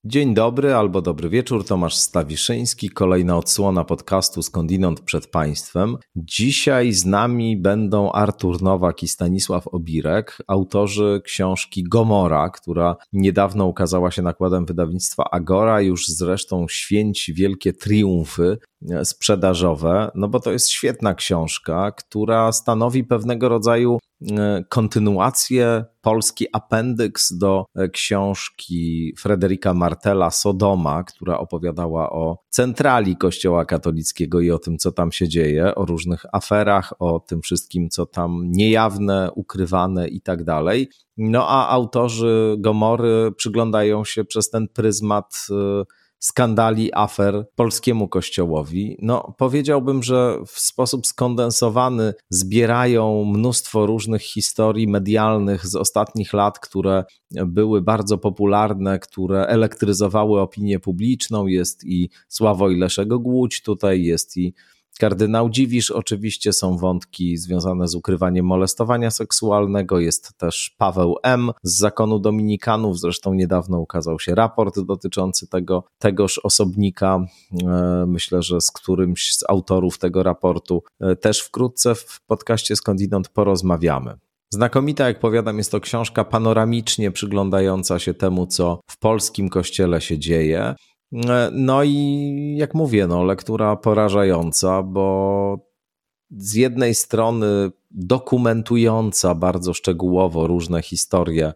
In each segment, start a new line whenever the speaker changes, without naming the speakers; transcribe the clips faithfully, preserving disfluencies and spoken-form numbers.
Dzień dobry albo dobry wieczór, Tomasz Stawiszyński, kolejna odsłona podcastu Skądinąd przed Państwem. Dzisiaj z nami będą Artur Nowak i Stanisław Obirek, autorzy książki Gomora, która niedawno ukazała się nakładem wydawnictwa Agora, już zresztą święci wielkie triumfy sprzedażowe, no bo to jest świetna książka, która stanowi pewnego rodzaju kontynuację, polski apendyks do książki Fryderyka Martela Sodoma, która opowiadała o centrali Kościoła katolickiego i o tym, co tam się dzieje, o różnych aferach, o tym wszystkim, co tam niejawne, ukrywane i tak dalej. No a autorzy Gomory przyglądają się przez ten pryzmat skandali, afer polskiemu kościołowi. No, powiedziałbym, że w sposób skondensowany zbierają mnóstwo różnych historii medialnych z ostatnich lat, które były bardzo popularne, które elektryzowały opinię publiczną. Jest i Sławoj Leszek Głódź, tutaj jest i kardynał Dziwisz, oczywiście są wątki związane z ukrywaniem molestowania seksualnego, jest też Paweł M. z zakonu dominikanów, zresztą niedawno ukazał się raport dotyczący tego, tegoż osobnika, myślę, że z którymś z autorów tego raportu też wkrótce w podcaście Skądinąd porozmawiamy. Znakomita, jak powiadam, jest to książka panoramicznie przyglądająca się temu, co w polskim kościele się dzieje. No i jak mówię, no, lektura porażająca, bo z jednej strony dokumentująca bardzo szczegółowo różne historie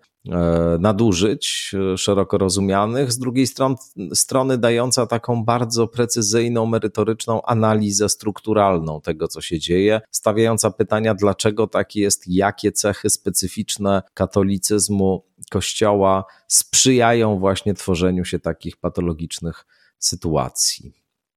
nadużyć szeroko rozumianych, z drugiej strony, strony dająca taką bardzo precyzyjną, merytoryczną analizę strukturalną tego, co się dzieje, stawiająca pytania, dlaczego tak jest, jakie cechy specyficzne katolicyzmu Kościoła sprzyjają właśnie tworzeniu się takich patologicznych sytuacji.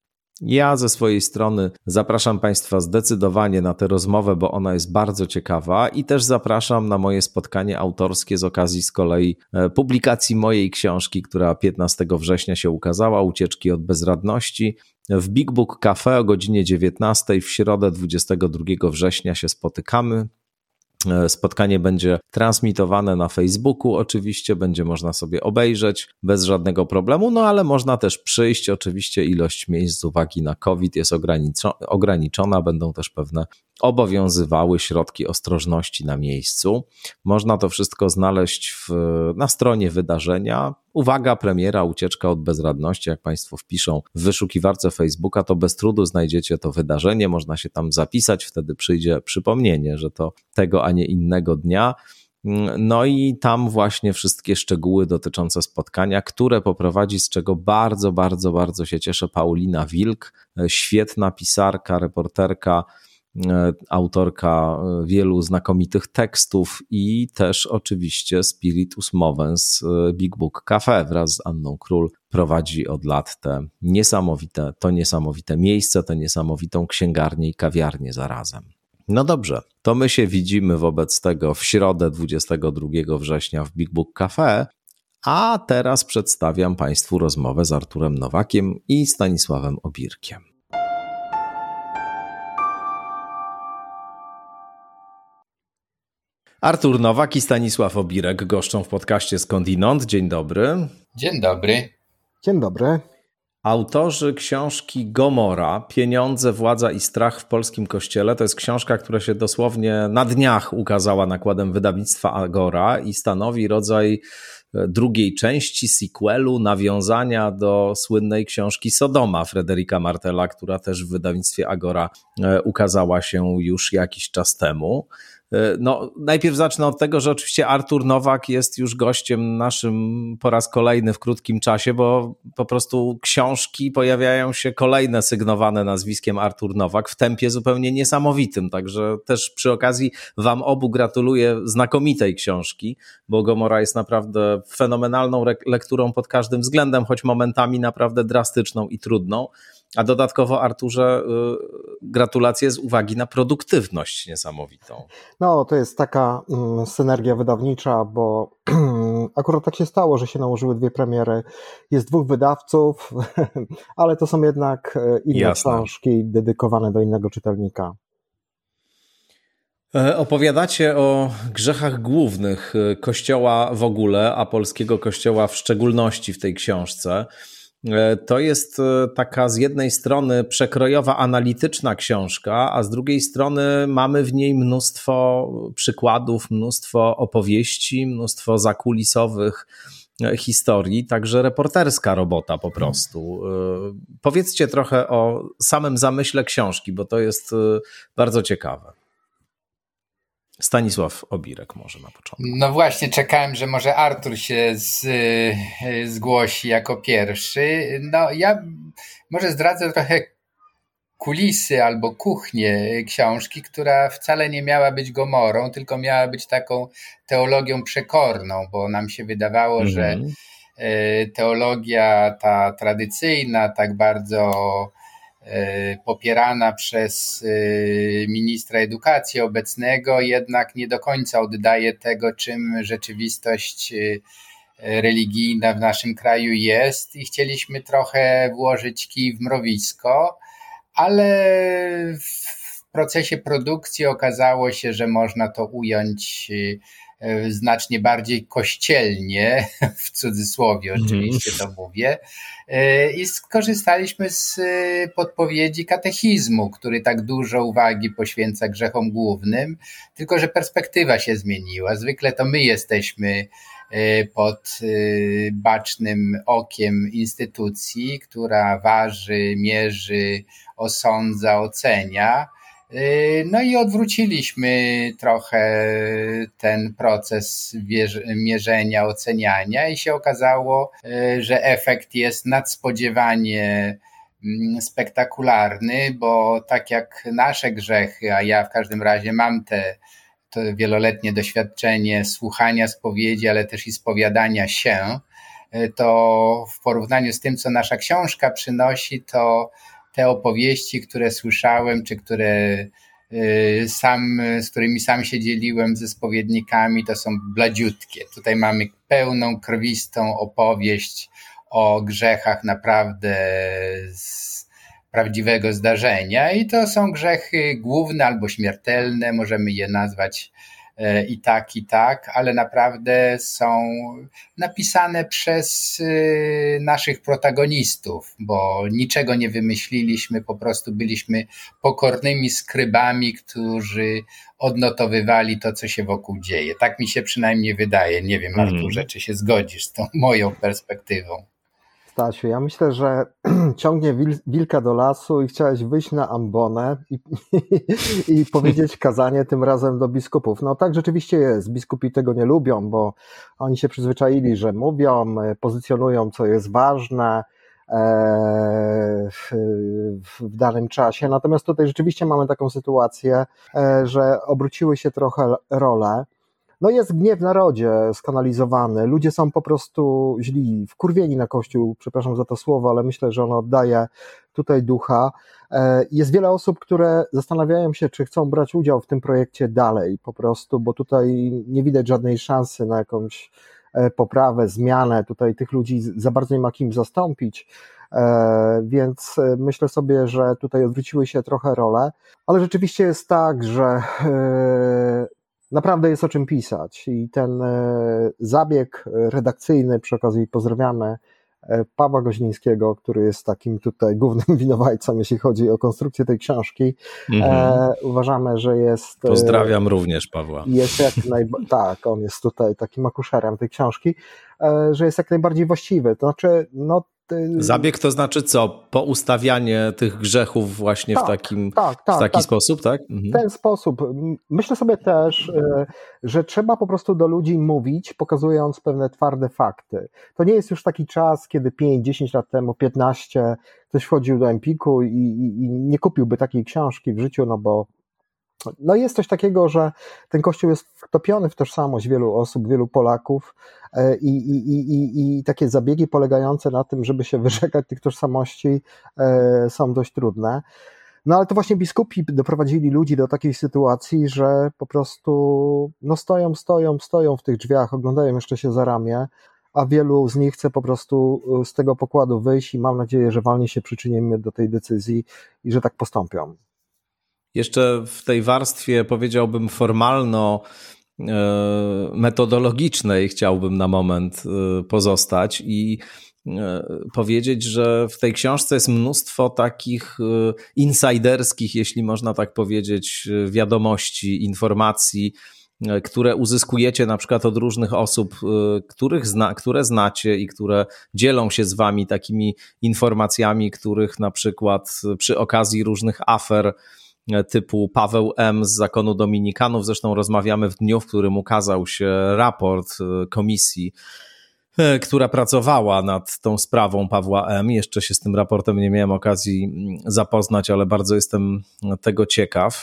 Ja ze swojej strony zapraszam Państwa zdecydowanie na tę rozmowę, bo ona jest bardzo ciekawa i też zapraszam na moje spotkanie autorskie z okazji z kolei publikacji mojej książki, która piętnastego września się ukazała, Ucieczki od bezradności. W Big Book Cafe o godzinie dziewiętnastej w środę dwudziestego drugiego września się spotykamy. Spotkanie będzie transmitowane na Facebooku, oczywiście będzie można sobie obejrzeć bez żadnego problemu, no ale można też przyjść, oczywiście ilość miejsc z uwagi na COVID jest ograniczona, będą też pewne obowiązywały środki ostrożności na miejscu. Można to wszystko znaleźć w, na stronie wydarzenia. Uwaga, premiera, ucieczka od bezradności, jak Państwo wpiszą w wyszukiwarce Facebooka, to bez trudu znajdziecie to wydarzenie, można się tam zapisać, wtedy przyjdzie przypomnienie, że to tego, a nie innego dnia. No i tam właśnie wszystkie szczegóły dotyczące spotkania, które poprowadzi, z czego bardzo, bardzo, bardzo się cieszę, Paulina Wilk, świetna pisarka, reporterka, autorka wielu znakomitych tekstów i też oczywiście Spiritus Movens Big Book Cafe wraz z Anną Król prowadzi od lat te niesamowite, to niesamowite miejsce, tę niesamowitą księgarnię i kawiarnię zarazem. No dobrze, to my się widzimy wobec tego w środę dwudziestego drugiego września w Big Book Cafe, a teraz przedstawiam Państwu rozmowę z Arturem Nowakiem i Stanisławem Obirkiem. Artur Nowak i Stanisław Obirek goszczą w podcaście Skądinąd. Dzień dobry.
Dzień dobry.
Dzień dobry.
Autorzy książki Gomora, Pieniądze, władza i strach w polskim kościele. To jest książka, która się dosłownie na dniach ukazała nakładem wydawnictwa Agora i stanowi rodzaj drugiej części, sequelu, nawiązania do słynnej książki Sodoma Fryderyka Martela, która też w wydawnictwie Agora ukazała się już jakiś czas temu. No, najpierw zacznę od tego, że oczywiście Artur Nowak jest już gościem naszym po raz kolejny w krótkim czasie, bo po prostu książki pojawiają się kolejne sygnowane nazwiskiem Artur Nowak w tempie zupełnie niesamowitym, także też przy okazji wam obu gratuluję znakomitej książki, bo Gomora jest naprawdę fenomenalną lekturą pod każdym względem, choć momentami naprawdę drastyczną i trudną. A dodatkowo, Arturze, gratulacje z uwagi na produktywność niesamowitą.
No, to jest taka mm, synergia wydawnicza, bo akurat tak się stało, że się nałożyły dwie premiery. Jest dwóch wydawców, ale to są jednak inne Jasne. książki dedykowane do innego czytelnika.
Opowiadacie o grzechach głównych Kościoła w ogóle, a polskiego Kościoła w szczególności w tej książce. To jest taka z jednej strony przekrojowa, analityczna książka, a z drugiej strony mamy w niej mnóstwo przykładów, mnóstwo opowieści, mnóstwo zakulisowych historii, także reporterska robota po prostu. Powiedzcie trochę o samym zamyśle książki, bo to jest bardzo ciekawe. Stanisław Obirek może na początku.
No właśnie, czekałem, że może Artur się z, zgłosi jako pierwszy. No ja może zdradzę trochę kulisy albo kuchnię książki, która wcale nie miała być Gomorą, tylko miała być taką teologią przekorną, bo nam się wydawało, mm-hmm. że teologia ta tradycyjna, tak bardzo popierana przez ministra edukacji obecnego, jednak nie do końca oddaje tego, czym rzeczywistość religijna w naszym kraju jest i chcieliśmy trochę włożyć kij w mrowisko, ale w procesie produkcji okazało się, że można to ująć znacznie bardziej kościelnie, w cudzysłowie oczywiście to mówię, i skorzystaliśmy z podpowiedzi katechizmu, który tak dużo uwagi poświęca grzechom głównym, tylko że perspektywa się zmieniła. Zwykle to my jesteśmy pod bacznym okiem instytucji, która waży, mierzy, osądza, ocenia. No i odwróciliśmy trochę ten proces mierzenia, oceniania i się okazało, że efekt jest nadspodziewanie spektakularny, bo tak jak nasze grzechy, a ja w każdym razie mam te to wieloletnie doświadczenie słuchania spowiedzi, ale też i spowiadania się, to w porównaniu z tym, co nasza książka przynosi, to te opowieści, które słyszałem, czy które sam, z którymi sam się dzieliłem ze spowiednikami, to są bladziutkie. Tutaj mamy pełną, krwistą opowieść o grzechach naprawdę z prawdziwego zdarzenia i to są grzechy główne albo śmiertelne, możemy je nazwać i tak, i tak, ale naprawdę są napisane przez naszych protagonistów, bo niczego nie wymyśliliśmy, po prostu byliśmy pokornymi skrybami, którzy odnotowywali to, co się wokół dzieje. Tak mi się przynajmniej wydaje. Nie wiem, Arturze, czy się zgodzisz z tą moją perspektywą.
Stasiu, ja myślę, że ciągnie wil, wilka do lasu i chciałeś wyjść na ambonę i, i, i powiedzieć kazanie tym razem do biskupów. No tak rzeczywiście jest. Biskupi tego nie lubią, bo oni się przyzwyczaili, że mówią, pozycjonują, co jest ważne w, w danym czasie. Natomiast tutaj rzeczywiście mamy taką sytuację, że obróciły się trochę role. No jest gniew w narodzie skanalizowany, ludzie są po prostu źli, wkurwieni na Kościół, przepraszam za to słowo, ale myślę, że ono oddaje tutaj ducha. Jest wiele osób, które zastanawiają się, czy chcą brać udział w tym projekcie dalej po prostu, bo tutaj nie widać żadnej szansy na jakąś poprawę, zmianę, tutaj tych ludzi za bardzo nie ma kim zastąpić. Więc myślę sobie, że tutaj odwróciły się trochę role, ale rzeczywiście jest tak, że naprawdę jest o czym pisać i ten zabieg redakcyjny, przy okazji pozdrawiamy Pawła Goźlińskiego, który jest takim tutaj głównym winowajcą, jeśli chodzi o konstrukcję tej książki. Mhm. E, uważamy, że jest...
Pozdrawiam również Pawła.
Jest jak najba- tak, on jest tutaj takim akuszerem tej książki, e, że jest jak najbardziej właściwy. To znaczy, no
zabieg to znaczy co? Poustawianie tych grzechów właśnie tak, w takim
tak, tak,
w taki
tak.
sposób, tak?
Mhm. W ten sposób. Myślę sobie też, że trzeba po prostu do ludzi mówić, pokazując pewne twarde fakty. To nie jest już taki czas, kiedy pięć, dziesięć lat temu, piętnaście, ktoś wchodził do Empiku i, i, i nie kupiłby takiej książki w życiu, no bo no jest coś takiego, że ten Kościół jest wtopiony w tożsamość wielu osób, wielu Polaków i, i, i, i, i takie zabiegi polegające na tym, żeby się wyrzekać tych tożsamości, są dość trudne. No ale to właśnie biskupi doprowadzili ludzi do takiej sytuacji, że po prostu no stoją, stoją, stoją w tych drzwiach, oglądają jeszcze się za ramię, a wielu z nich chce po prostu z tego pokładu wyjść i mam nadzieję, że walnie się przyczynimy do tej decyzji i że tak postąpią.
Jeszcze w tej warstwie, powiedziałbym, formalno-metodologicznej chciałbym na moment pozostać i powiedzieć, że w tej książce jest mnóstwo takich insiderskich, jeśli można tak powiedzieć, wiadomości, informacji, które uzyskujecie na przykład od różnych osób, których zna, które znacie i które dzielą się z wami takimi informacjami, których na przykład przy okazji różnych afer typu Paweł M. z Zakonu Dominikanów, zresztą rozmawiamy w dniu, w którym ukazał się raport komisji, która pracowała nad tą sprawą Pawła M. Jeszcze się z tym raportem nie miałem okazji zapoznać, ale bardzo jestem tego ciekaw.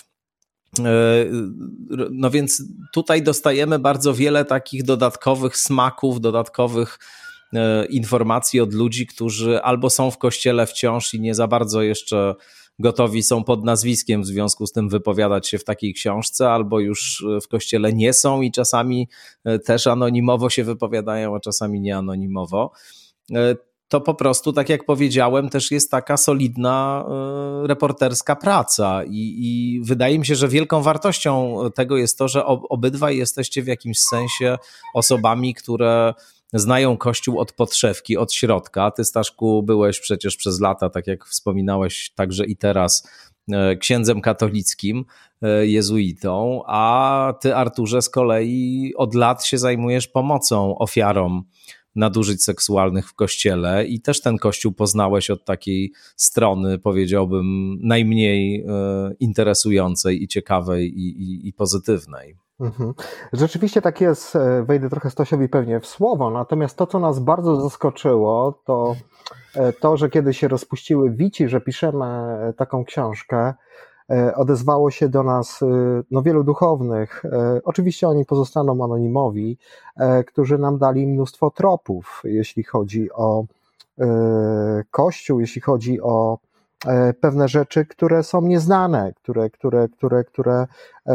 No więc tutaj dostajemy bardzo wiele takich dodatkowych smaków, dodatkowych informacji od ludzi, którzy albo są w kościele wciąż i nie za bardzo jeszcze gotowi są pod nazwiskiem w związku z tym wypowiadać się w takiej książce, albo już w kościele nie są i czasami też anonimowo się wypowiadają, a czasami nie anonimowo. To po prostu, tak jak powiedziałem, też jest taka solidna reporterska praca i, i wydaje mi się, że wielką wartością tego jest to, że obydwaj jesteście w jakimś sensie osobami, które znają Kościół od podszewki, od środka. Ty, Staszku, byłeś przecież przez lata, tak jak wspominałeś, także i teraz księdzem katolickim, jezuitą, a ty, Arturze, z kolei od lat się zajmujesz pomocą ofiarom nadużyć seksualnych w Kościele i też ten Kościół poznałeś od takiej strony, powiedziałbym, najmniej interesującej i ciekawej i, i, i pozytywnej.
Mhm. Rzeczywiście tak jest, wejdę trochę Stasiowi pewnie w słowo, natomiast to, co nas bardzo zaskoczyło, to to, że kiedy się rozpuściły wici, że piszemy taką książkę, odezwało się do nas no, wielu duchownych, oczywiście oni pozostaną anonimowi, którzy nam dali mnóstwo tropów, jeśli chodzi o Kościół, jeśli chodzi o pewne rzeczy, które są nieznane, które, które, które, które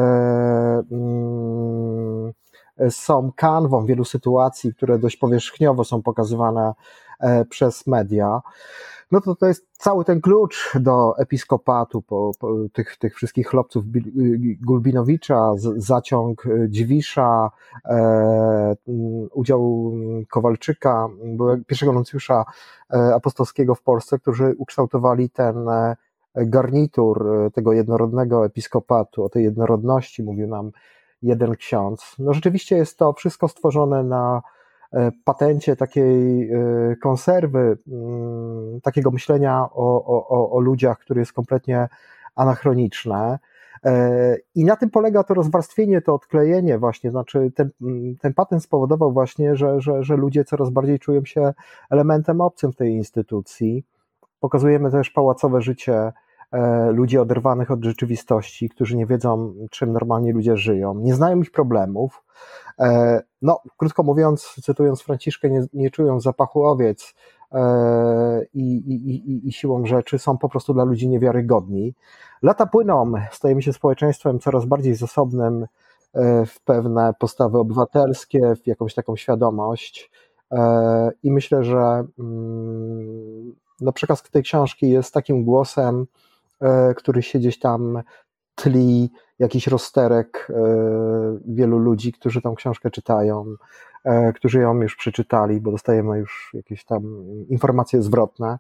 są kanwą wielu sytuacji, które dość powierzchniowo są pokazywane przez media. No to to jest cały ten klucz do episkopatu, po, po tych, tych wszystkich chłopców Gulbinowicza, zaciąg Dziwisza, e, udział Kowalczyka, pierwszego nuncjusza apostolskiego w Polsce, którzy ukształtowali ten garnitur tego jednorodnego episkopatu. O tej jednorodności mówił nam jeden ksiądz. No rzeczywiście jest to wszystko stworzone na patencie takiej konserwy, takiego myślenia o, o, o ludziach, które jest kompletnie anachroniczne. I na tym polega to rozwarstwienie, to odklejenie właśnie, znaczy ten, ten patent spowodował właśnie, że, że, że ludzie coraz bardziej czują się elementem obcym w tej instytucji. Pokazujemy też pałacowe życie ludzi oderwanych od rzeczywistości, którzy nie wiedzą, czym normalnie ludzie żyją, nie znają ich problemów. No, krótko mówiąc, cytując Franciszkę, nie, nie czują zapachu owiec i, i, i, i siłą rzeczy są po prostu dla ludzi niewiarygodni. Lata płyną, stajemy się społeczeństwem coraz bardziej zasobnym w pewne postawy obywatelskie, w jakąś taką świadomość i myślę, że no, przekaz tej książki jest takim głosem, który się gdzieś tam tli, jakiś rozterek wielu ludzi, którzy tą książkę czytają, którzy ją już przeczytali, bo dostajemy już jakieś tam informacje zwrotne.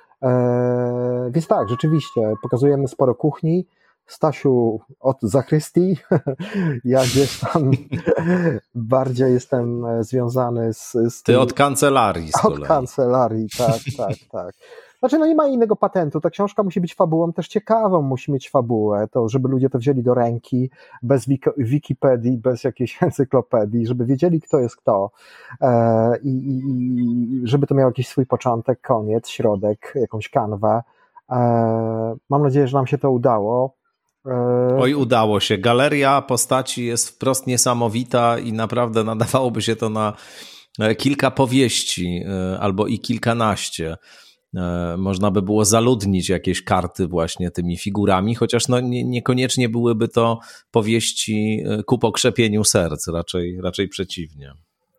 Więc tak, rzeczywiście, pokazujemy sporo kuchni. Stasiu od zachrystii, ja gdzieś tam bardziej jestem związany z... z
Ty tym, od kancelarii z kolei.
Od kancelarii, tak, tak, tak. Znaczy, no nie ma innego patentu, ta książka musi być fabułą też ciekawą, musi mieć fabułę, to żeby ludzie to wzięli do ręki, bez Wikipedii, bez jakiejś encyklopedii, żeby wiedzieli, kto jest kto e, i, i żeby to miało jakiś swój początek, koniec, środek, jakąś kanwę. E, mam nadzieję, że nam się to udało.
E... Oj, udało się. Galeria postaci jest wprost niesamowita i naprawdę nadawałoby się to na kilka powieści albo i kilkanaście. Można by było zaludnić jakieś karty właśnie tymi figurami, chociaż no nie, niekoniecznie byłyby to powieści ku pokrzepieniu serc, raczej, raczej przeciwnie.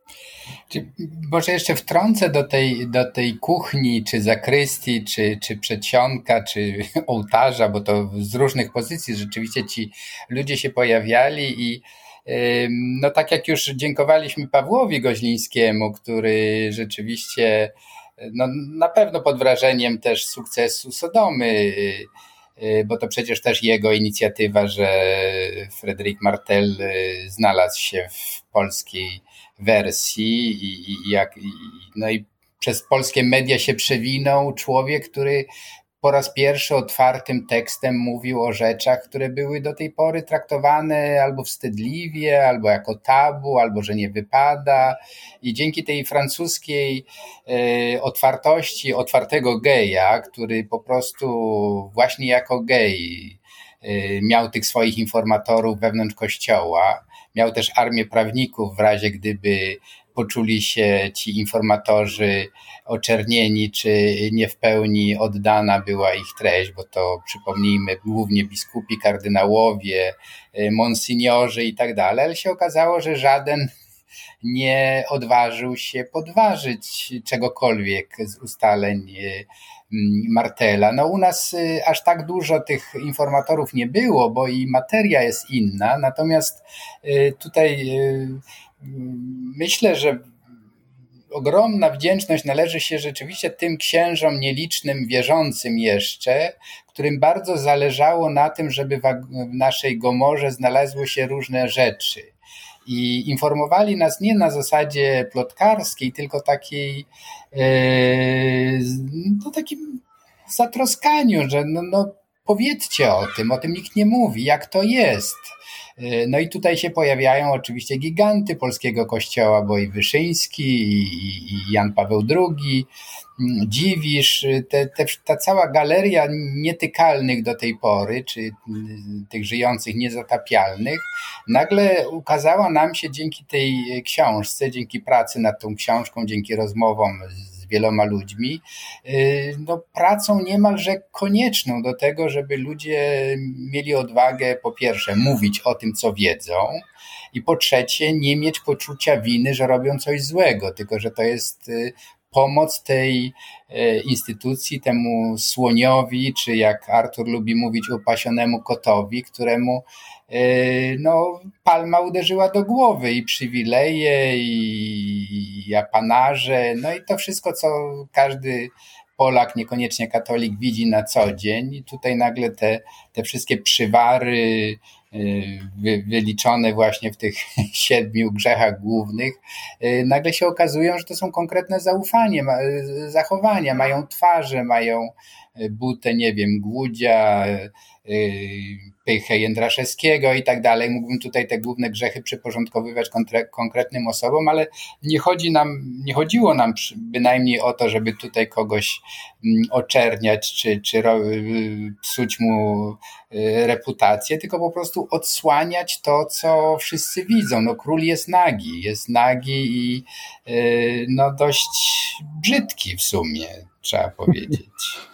Czy, może jeszcze wtrącę do tej, do tej kuchni, czy zakrystii, czy, czy przedsionka, czy ołtarza, bo to z różnych pozycji rzeczywiście ci ludzie się pojawiali i no tak jak już dziękowaliśmy Pawłowi Goźlińskiemu, który rzeczywiście no, na pewno pod wrażeniem też sukcesu Sodomy, bo to przecież też jego inicjatywa, że Frédéric Martel znalazł się w polskiej wersji i, i, jak, i, no i przez polskie media się przewinął człowiek, który po raz pierwszy otwartym tekstem mówił o rzeczach, które były do tej pory traktowane albo wstydliwie, albo jako tabu, albo że nie wypada. I dzięki tej francuskiej e, otwartości, otwartego geja, który po prostu właśnie jako gej e, miał tych swoich informatorów wewnątrz kościoła, miał też armię prawników w razie gdyby poczuli się ci informatorzy oczernieni, czy nie w pełni oddana była ich treść, bo to przypomnijmy głównie biskupi, kardynałowie, monsignorzy i tak dalej, ale się okazało, że żaden nie odważył się podważyć czegokolwiek z ustaleń Martela. No u nas aż tak dużo tych informatorów nie było, bo i materia jest inna, natomiast tutaj myślę, że ogromna wdzięczność należy się rzeczywiście tym księżom nielicznym, wierzącym jeszcze, którym bardzo zależało na tym, żeby w naszej Gomorze znalazły się różne rzeczy. I informowali nas nie na zasadzie plotkarskiej, tylko takiej, no takim zatroskaniu, że no, no powiedzcie o tym, o tym nikt nie mówi, jak to jest. No i tutaj się pojawiają oczywiście giganty polskiego kościoła, bo i Wyszyński, i, i Jan Paweł drugi, Dziwisz, te, te, ta cała galeria nietykalnych do tej pory, czy tych żyjących niezatapialnych, nagle ukazała nam się dzięki tej książce, dzięki pracy nad tą książką, dzięki rozmowom z wieloma ludźmi, no, pracą niemalże konieczną do tego, żeby ludzie mieli odwagę po pierwsze mówić o tym, co wiedzą, i po trzecie nie mieć poczucia winy, że robią coś złego, tylko że to jest pomoc tej instytucji, temu słoniowi, czy jak Artur lubi mówić, upasionemu kotowi, któremu no, palma uderzyła do głowy, i przywileje, i, i apanarze, no i to wszystko, co każdy Polak, niekoniecznie katolik, widzi na co dzień. I tutaj nagle te, te wszystkie przywary wy, wyliczone właśnie w tych siedmiu grzechach głównych, nagle się okazują, że to są konkretne zaufanie, zachowania, mają twarze, mają butę, nie wiem, Głudzia, Pychę Jędraszewskiego i tak dalej. Mógłbym tutaj te główne grzechy przyporządkowywać konkretnym osobom, ale nie chodzi nam, nie chodziło nam bynajmniej o to, żeby tutaj kogoś oczerniać, czy, czy psuć mu reputację, tylko po prostu odsłaniać to, co wszyscy widzą. No, król jest nagi, jest nagi i no dość brzydki w sumie, trzeba powiedzieć.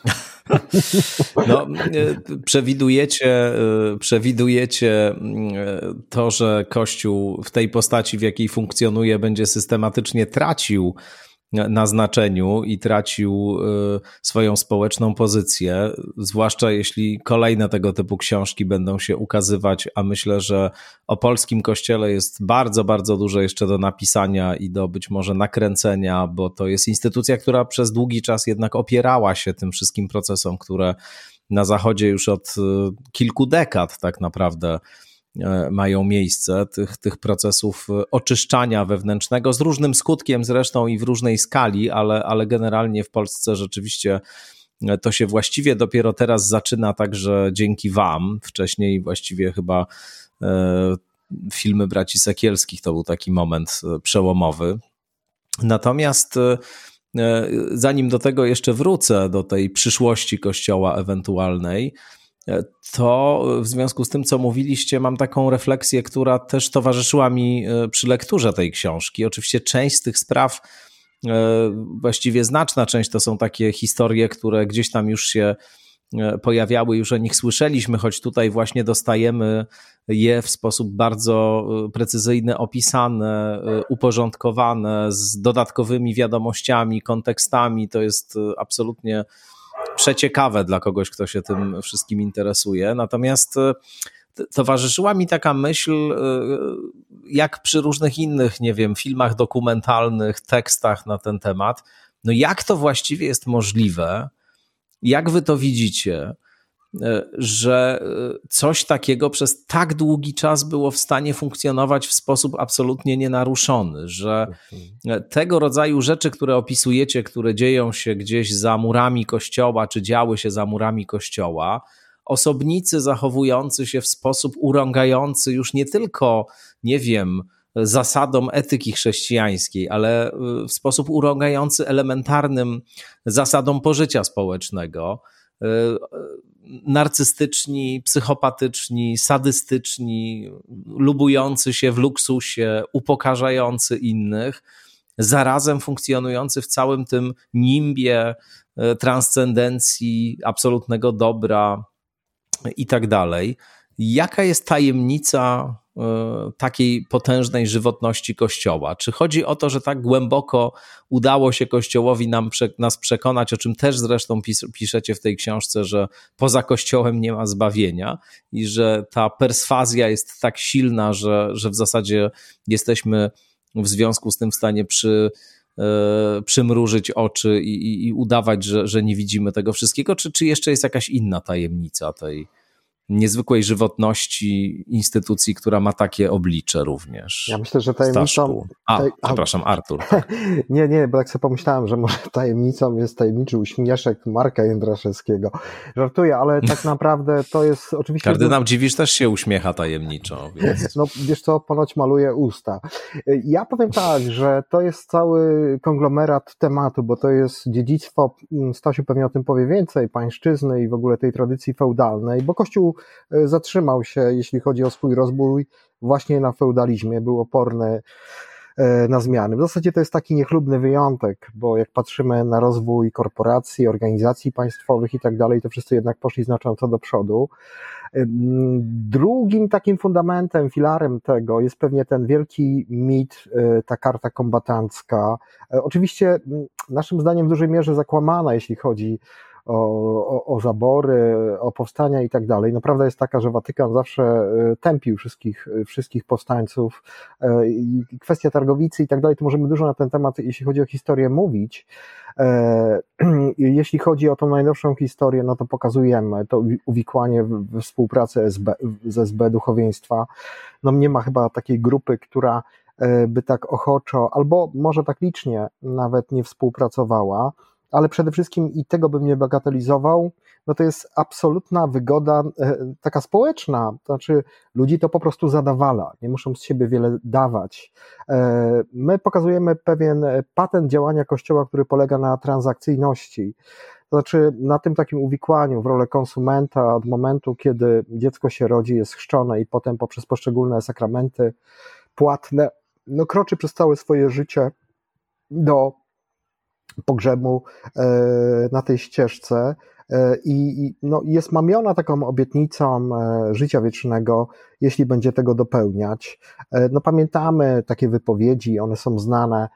No, przewidujecie, przewidujecie to, że Kościół w tej postaci, w jakiej funkcjonuje, będzie systematycznie tracił na znaczeniu i tracił swoją społeczną pozycję, zwłaszcza jeśli kolejne tego typu książki będą się ukazywać, a myślę, że o polskim kościele jest bardzo, bardzo dużo jeszcze do napisania i do być może nakręcenia, bo to jest instytucja, która przez długi czas jednak opierała się tym wszystkim procesom, które na Zachodzie już od kilku dekad tak naprawdę mają miejsce, tych, tych procesów oczyszczania wewnętrznego, z różnym skutkiem zresztą i w różnej skali, ale, ale generalnie w Polsce rzeczywiście to się właściwie dopiero teraz zaczyna, także dzięki wam. Wcześniej właściwie chyba e, filmy braci Sekielskich to był taki moment przełomowy. Natomiast e, zanim do tego jeszcze wrócę, do tej przyszłości Kościoła ewentualnej, to w związku z tym, co mówiliście, mam taką refleksję, która też towarzyszyła mi przy lekturze tej książki. Oczywiście część z tych spraw, właściwie znaczna część, to są takie historie, które gdzieś tam już się pojawiały, już o nich słyszeliśmy, choć tutaj właśnie dostajemy je w sposób bardzo precyzyjny, opisane, uporządkowane, z dodatkowymi wiadomościami, kontekstami. To jest absolutnie przeciekawe dla kogoś, kto się tym wszystkim interesuje. Natomiast towarzyszyła mi taka myśl, jak przy różnych innych, nie wiem, filmach dokumentalnych, tekstach na ten temat, no jak to właściwie jest możliwe, jak wy to widzicie, że coś takiego przez tak długi czas było w stanie funkcjonować w sposób absolutnie nienaruszony, że tego rodzaju rzeczy, które opisujecie, które dzieją się gdzieś za murami kościoła, czy działy się za murami kościoła, osobnicy zachowujący się w sposób urągający już nie tylko, nie wiem, zasadom etyki chrześcijańskiej, ale w sposób urągający elementarnym zasadom pożycia społecznego, narcystyczni, psychopatyczni, sadystyczni, lubujący się w luksusie, upokarzający innych, zarazem funkcjonujący w całym tym nimbie transcendencji, absolutnego dobra i tak dalej. Jaka jest tajemnica takiej potężnej żywotności Kościoła? Czy chodzi o to, że tak głęboko udało się Kościołowi nam, nas przekonać, o czym też zresztą pis, piszecie w tej książce, że poza Kościołem nie ma zbawienia i że ta perswazja jest tak silna, że, że w zasadzie jesteśmy w związku z tym w stanie przy, e, przymrużyć oczy i, i, i udawać, że, że nie widzimy tego wszystkiego? Czy, czy jeszcze jest jakaś inna tajemnica tej niezwykłej żywotności instytucji, która ma takie oblicze również?
Ja myślę, że tajemnicą...
A, taj... przepraszam, Artur. Tak.
nie, nie, bo tak sobie pomyślałem, że może tajemnicą jest tajemniczy uśmieszek Marka Jędraszewskiego. Żartuję, ale tak naprawdę to jest oczywiście...
Kardynał Dziwisz też się uśmiecha tajemniczo. Więc...
No wiesz co, ponoć maluje usta. Ja powiem tak, że to jest cały konglomerat tematu, bo to jest dziedzictwo, Stasiu pewnie o tym powie więcej, pańszczyzny i w ogóle tej tradycji feudalnej, bo Kościół zatrzymał się, jeśli chodzi o swój rozwój, właśnie na feudalizmie, był oporny na zmiany. W zasadzie to jest taki niechlubny wyjątek, bo jak patrzymy na rozwój korporacji, organizacji państwowych i tak dalej, to wszyscy jednak poszli znacząco do przodu. Drugim takim fundamentem, filarem tego jest pewnie ten wielki mit, ta karta kombatancka. Oczywiście naszym zdaniem w dużej mierze zakłamana, jeśli chodzi O, o, o zabory, o powstania i tak dalej. No prawda jest taka, że Watykan zawsze tępił wszystkich, wszystkich powstańców i kwestia Targowicy i tak dalej, to możemy dużo na ten temat, jeśli chodzi o historię, mówić. Jeśli chodzi o tą najnowszą historię, no to pokazujemy to uwikłanie we współpracę S B, z S B duchowieństwa. No nie ma chyba takiej grupy, która by tak ochoczo, albo może tak licznie nawet nie współpracowała. Ale przede wszystkim, i tego bym nie bagatelizował, no to jest absolutna wygoda e, taka społeczna, to znaczy ludzi to po prostu zadawala, nie muszą z siebie wiele dawać. E, my pokazujemy pewien patent działania Kościoła, który polega na transakcyjności, to znaczy na tym takim uwikłaniu w rolę konsumenta od momentu, kiedy dziecko się rodzi, jest chrzczone i potem poprzez poszczególne sakramenty płatne, no kroczy przez całe swoje życie do pogrzebu na tej ścieżce i no, jest mamiona taką obietnicą życia wiecznego, jeśli będzie tego dopełniać. No, pamiętamy takie wypowiedzi, one są znane,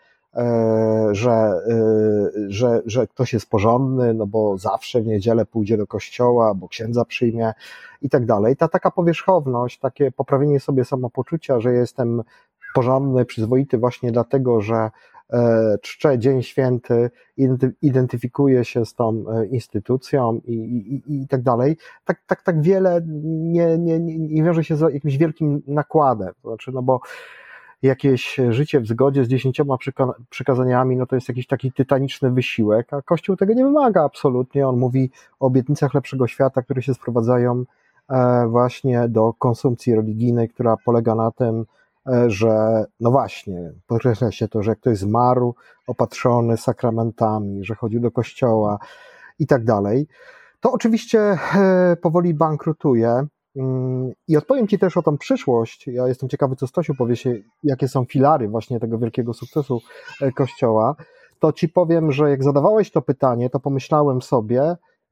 że, że, że ktoś jest porządny, no bo zawsze w niedzielę pójdzie do kościoła, bo księdza przyjmie i tak dalej. Ta taka powierzchowność, takie poprawienie sobie samopoczucia, że jestem porządny, przyzwoity właśnie dlatego, że czczę Dzień Święty, identyfikuje się z tą instytucją i, i, i tak dalej. Tak, tak, tak wiele nie, nie, nie wiąże się z jakimś wielkim nakładem. To znaczy, no bo jakieś życie w zgodzie z dziesięcioma przykazaniami, no to jest jakiś taki tytaniczny wysiłek, a Kościół tego nie wymaga absolutnie. On mówi o obietnicach lepszego świata, które się sprowadzają właśnie do konsumpcji religijnej, która polega na tym, że no właśnie, podkreśla się to, że jak ktoś zmarł, opatrzony sakramentami, że chodził do kościoła i tak dalej, to oczywiście powoli bankrutuje. I odpowiem Ci też o tą przyszłość. Ja jestem ciekawy, co Stasiu powie się, jakie są filary właśnie tego wielkiego sukcesu Kościoła. To Ci powiem, że jak zadawałeś to pytanie, to pomyślałem sobie,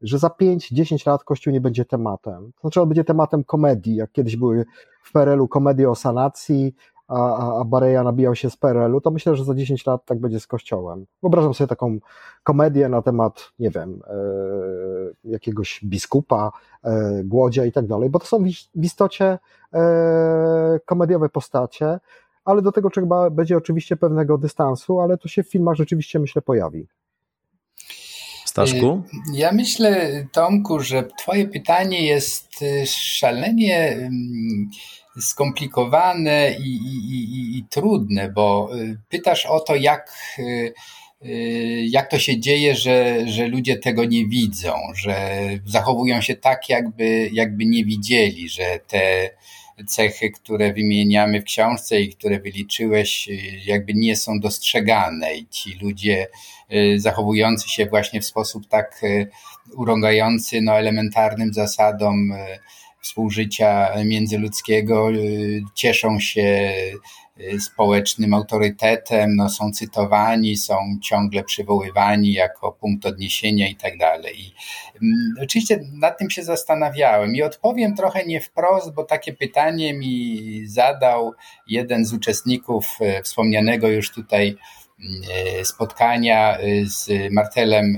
że za pięć dziesięć lat Kościół nie będzie tematem. To znaczy on będzie tematem komedii, jak kiedyś były w P R L u komedie o sanacji, a, a Bareja nabijał się z P R L u, to myślę, że za dziesięć lat tak będzie z Kościołem. Wyobrażam sobie taką komedię na temat, nie wiem, e, jakiegoś biskupa, e, Głodzia i tak dalej, bo to są w, w istocie e, komediowe postacie, ale do tego trzeba będzie oczywiście pewnego dystansu, ale to się w filmach rzeczywiście, myślę, pojawi.
Staszku?
Ja myślę, Tomku, że twoje pytanie jest szalenie skomplikowane i, i, i, i trudne, bo pytasz o to, jak, jak to się dzieje, że, że ludzie tego nie widzą, że zachowują się tak, jakby, jakby nie widzieli, że te cechy, które wymieniamy w książce i które wyliczyłeś, jakby nie są dostrzegane i ci ludzie zachowujący się właśnie w sposób tak urągający no, elementarnym zasadom współżycia międzyludzkiego cieszą się społecznym autorytetem, no, są cytowani, są ciągle przywoływani jako punkt odniesienia i tak dalej. I oczywiście nad tym się zastanawiałem i odpowiem trochę nie wprost, bo takie pytanie mi zadał jeden z uczestników wspomnianego już tutaj spotkania z Martelem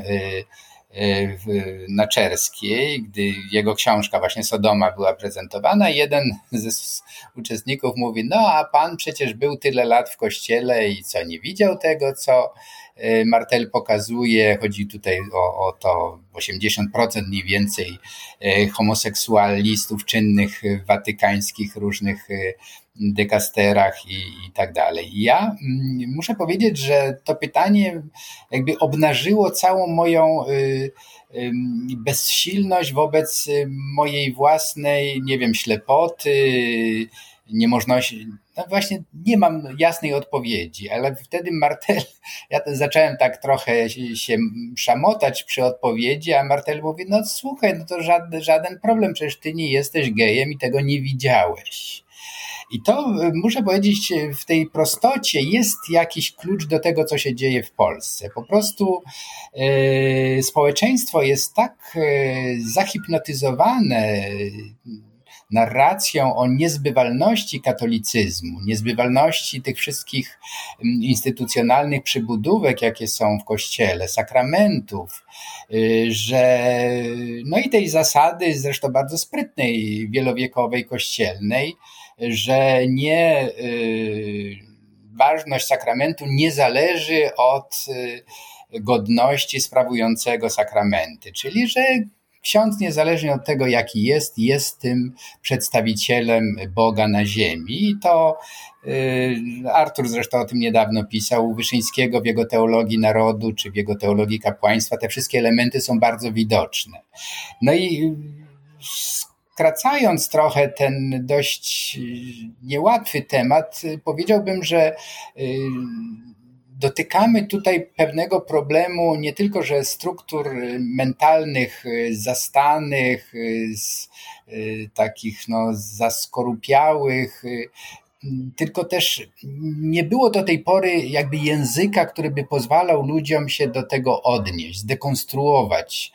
Naczerskiej, gdy jego książka właśnie Sodoma była prezentowana. Jeden z uczestników mówi, no a pan przecież był tyle lat w kościele i co, nie widział tego, co Martel pokazuje. Chodzi tutaj o, o to osiemdziesiąt procent mniej więcej homoseksualistów czynnych w watykańskich różnych dykasterach i, i tak dalej. Ja muszę powiedzieć, że to pytanie jakby obnażyło całą moją y, y, bezsilność wobec mojej własnej, nie wiem, ślepoty, niemożności. No właśnie nie mam jasnej odpowiedzi, ale wtedy Martel, ja zacząłem tak trochę się szamotać przy odpowiedzi, a Martel mówi, no słuchaj, no to żaden, żaden problem, przecież ty nie jesteś gejem i tego nie widziałeś. I to, muszę powiedzieć, w tej prostocie jest jakiś klucz do tego, co się dzieje w Polsce. Po prostu e, społeczeństwo jest tak e, zahipnotyzowane narracją o niezbywalności katolicyzmu, niezbywalności tych wszystkich instytucjonalnych przybudówek, jakie są w Kościele, sakramentów, że no i tej zasady, zresztą bardzo sprytnej, wielowiekowej kościelnej, że nie ważność sakramentu nie zależy od godności sprawującego sakramenty, czyli że ksiądz, niezależnie od tego, jaki jest, jest tym przedstawicielem Boga na ziemi. I to y, Artur zresztą o tym niedawno pisał, u Wyszyńskiego w jego teologii narodu, czy w jego teologii kapłaństwa, te wszystkie elementy są bardzo widoczne. No i skracając trochę ten dość niełatwy temat, powiedziałbym, że y, dotykamy tutaj pewnego problemu nie tylko, że struktur mentalnych, zastanych, z, takich no, zaskorupiałych, tylko też nie było do tej pory jakby języka, który by pozwalał ludziom się do tego odnieść, zdekonstruować,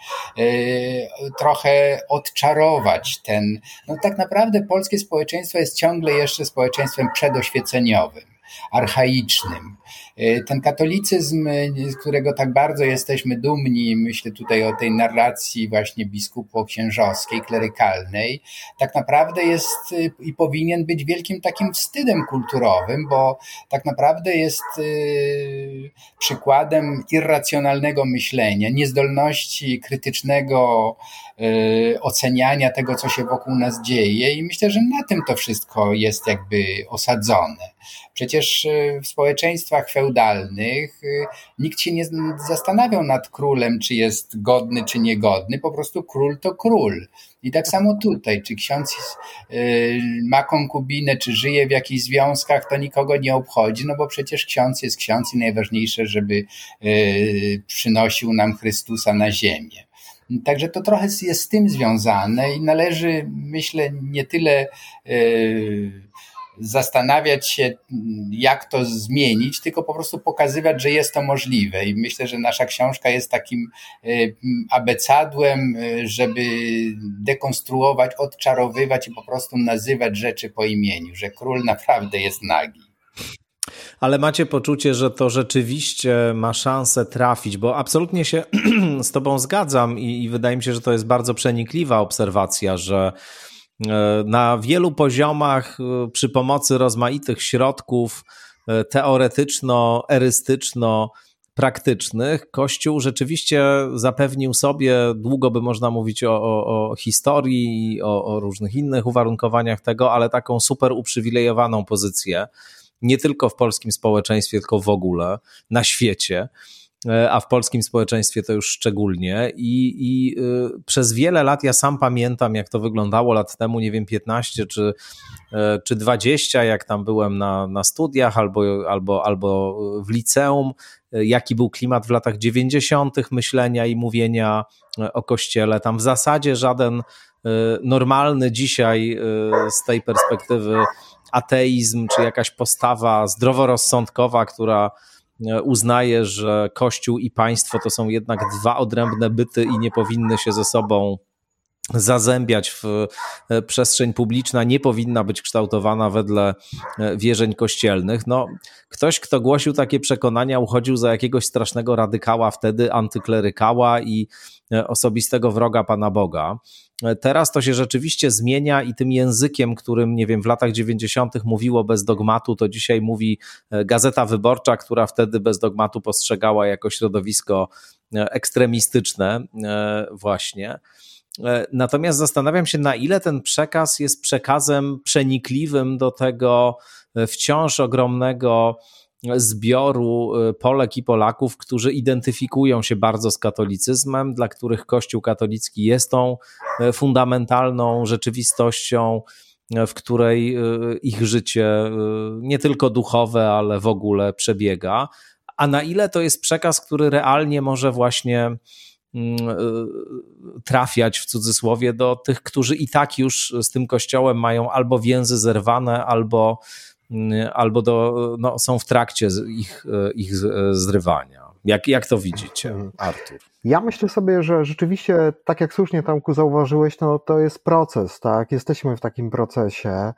trochę odczarować ten, no tak naprawdę polskie społeczeństwo jest ciągle jeszcze społeczeństwem przedoświeceniowym, archaicznym. Ten katolicyzm, z którego tak bardzo jesteśmy dumni, myślę tutaj o tej narracji właśnie biskupo-księżowskiej, klerykalnej, tak naprawdę jest i powinien być wielkim takim wstydem kulturowym, bo tak naprawdę jest przykładem irracjonalnego myślenia, niezdolności krytycznego oceniania tego, co się wokół nas dzieje i myślę, że na tym to wszystko jest jakby osadzone. Przecież w społeczeństwach feudalnych nikt się nie zastanawiał nad królem, czy jest godny, czy niegodny, po prostu król to król. I tak samo tutaj, czy ksiądz ma konkubinę, czy żyje w jakichś związkach, to nikogo nie obchodzi, no bo przecież ksiądz jest ksiądz i najważniejsze, żeby przynosił nam Chrystusa na ziemię. Także to trochę jest z tym związane i należy, myślę, nie tyle zastanawiać się, jak to zmienić, tylko po prostu pokazywać, że jest to możliwe. I myślę, że nasza książka jest takim abecadłem, żeby dekonstruować, odczarowywać i po prostu nazywać rzeczy po imieniu, że król naprawdę jest nagi.
Ale macie poczucie, że to rzeczywiście ma szansę trafić, bo absolutnie się z tobą zgadzam i, i wydaje mi się, że to jest bardzo przenikliwa obserwacja, że na wielu poziomach przy pomocy rozmaitych środków teoretyczno-erystyczno-praktycznych Kościół rzeczywiście zapewnił sobie, długo by można mówić o, o, o historii i o, o różnych innych uwarunkowaniach tego, ale taką super uprzywilejowaną pozycję, nie tylko w polskim społeczeństwie, tylko w ogóle na świecie, a w polskim społeczeństwie to już szczególnie i, i przez wiele lat ja sam pamiętam, jak to wyglądało lat temu, nie wiem, piętnaście czy, czy dwadzieścia, jak tam byłem na, na studiach albo, albo, albo w liceum, jaki był klimat w latach dziewięćdziesiątych myślenia i mówienia o Kościele. Tam w zasadzie żaden normalny dzisiaj z tej perspektywy ateizm, czy jakaś postawa zdroworozsądkowa, która uznaje, że Kościół i państwo to są jednak dwa odrębne byty i nie powinny się ze sobą zazębiać w przestrzeń publiczna, nie powinna być kształtowana wedle wierzeń kościelnych. No, ktoś, kto głosił takie przekonania, uchodził za jakiegoś strasznego radykała wtedy, antyklerykała i osobistego wroga Pana Boga. Teraz to się rzeczywiście zmienia i tym językiem, którym, nie wiem, w latach dziewięćdziesiątych mówiło bez dogmatu, to dzisiaj mówi Gazeta Wyborcza, która wtedy bez dogmatu postrzegała jako środowisko ekstremistyczne właśnie. Natomiast zastanawiam się, na ile ten przekaz jest przekazem przenikliwym do tego wciąż ogromnego zbioru Polek i Polaków, którzy identyfikują się bardzo z katolicyzmem, dla których Kościół katolicki jest tą fundamentalną rzeczywistością, w której ich życie nie tylko duchowe, ale w ogóle przebiega. A na ile to jest przekaz, który realnie może właśnie trafiać w cudzysłowie do tych, którzy i tak już z tym Kościołem mają albo więzy zerwane, albo, albo do, no, są w trakcie ich, ich zrywania. Jak, jak to widzicie, Artur?
Ja myślę sobie, że rzeczywiście, tak jak słusznie Tomku zauważyłeś, no to jest proces, tak? Jesteśmy w takim procesie.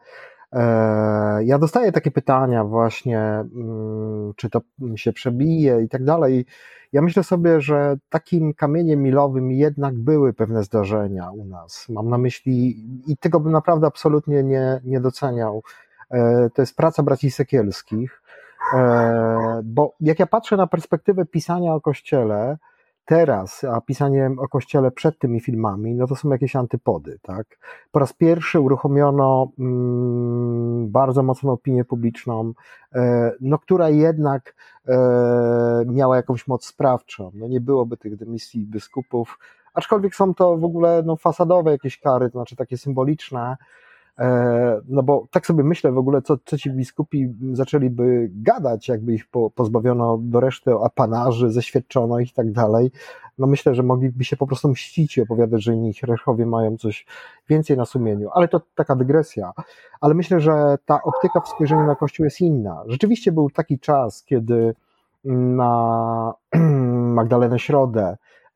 Ja dostaję takie pytania właśnie, czy to się przebije i tak dalej. Ja myślę sobie, że takim kamieniem milowym jednak były pewne zdarzenia u nas. Mam na myśli, i tego bym naprawdę absolutnie nie, nie doceniał, to jest praca braci Sekielskich, bo jak ja patrzę na perspektywę pisania o Kościele teraz, a pisanie o Kościele przed tymi filmami, no to są jakieś antypody, tak? Po raz pierwszy uruchomiono mm, bardzo mocną opinię publiczną, e, no która jednak e, miała jakąś moc sprawczą. No nie byłoby tych dymisji biskupów, aczkolwiek są to w ogóle no, fasadowe jakieś kary, to znaczy takie symboliczne, no bo tak sobie myślę w ogóle, co, co ci biskupi zaczęliby gadać, jakby ich po, pozbawiono do reszty apanarzy, zeświadczono ich i tak dalej. No myślę, że mogliby się po prostu mścić i opowiadać, że inni hierarchowie mają coś więcej na sumieniu, ale to taka dygresja. Ale myślę, że ta optyka w spojrzeniu na Kościół jest inna. Rzeczywiście był taki czas, kiedy na Magdalenę Środę,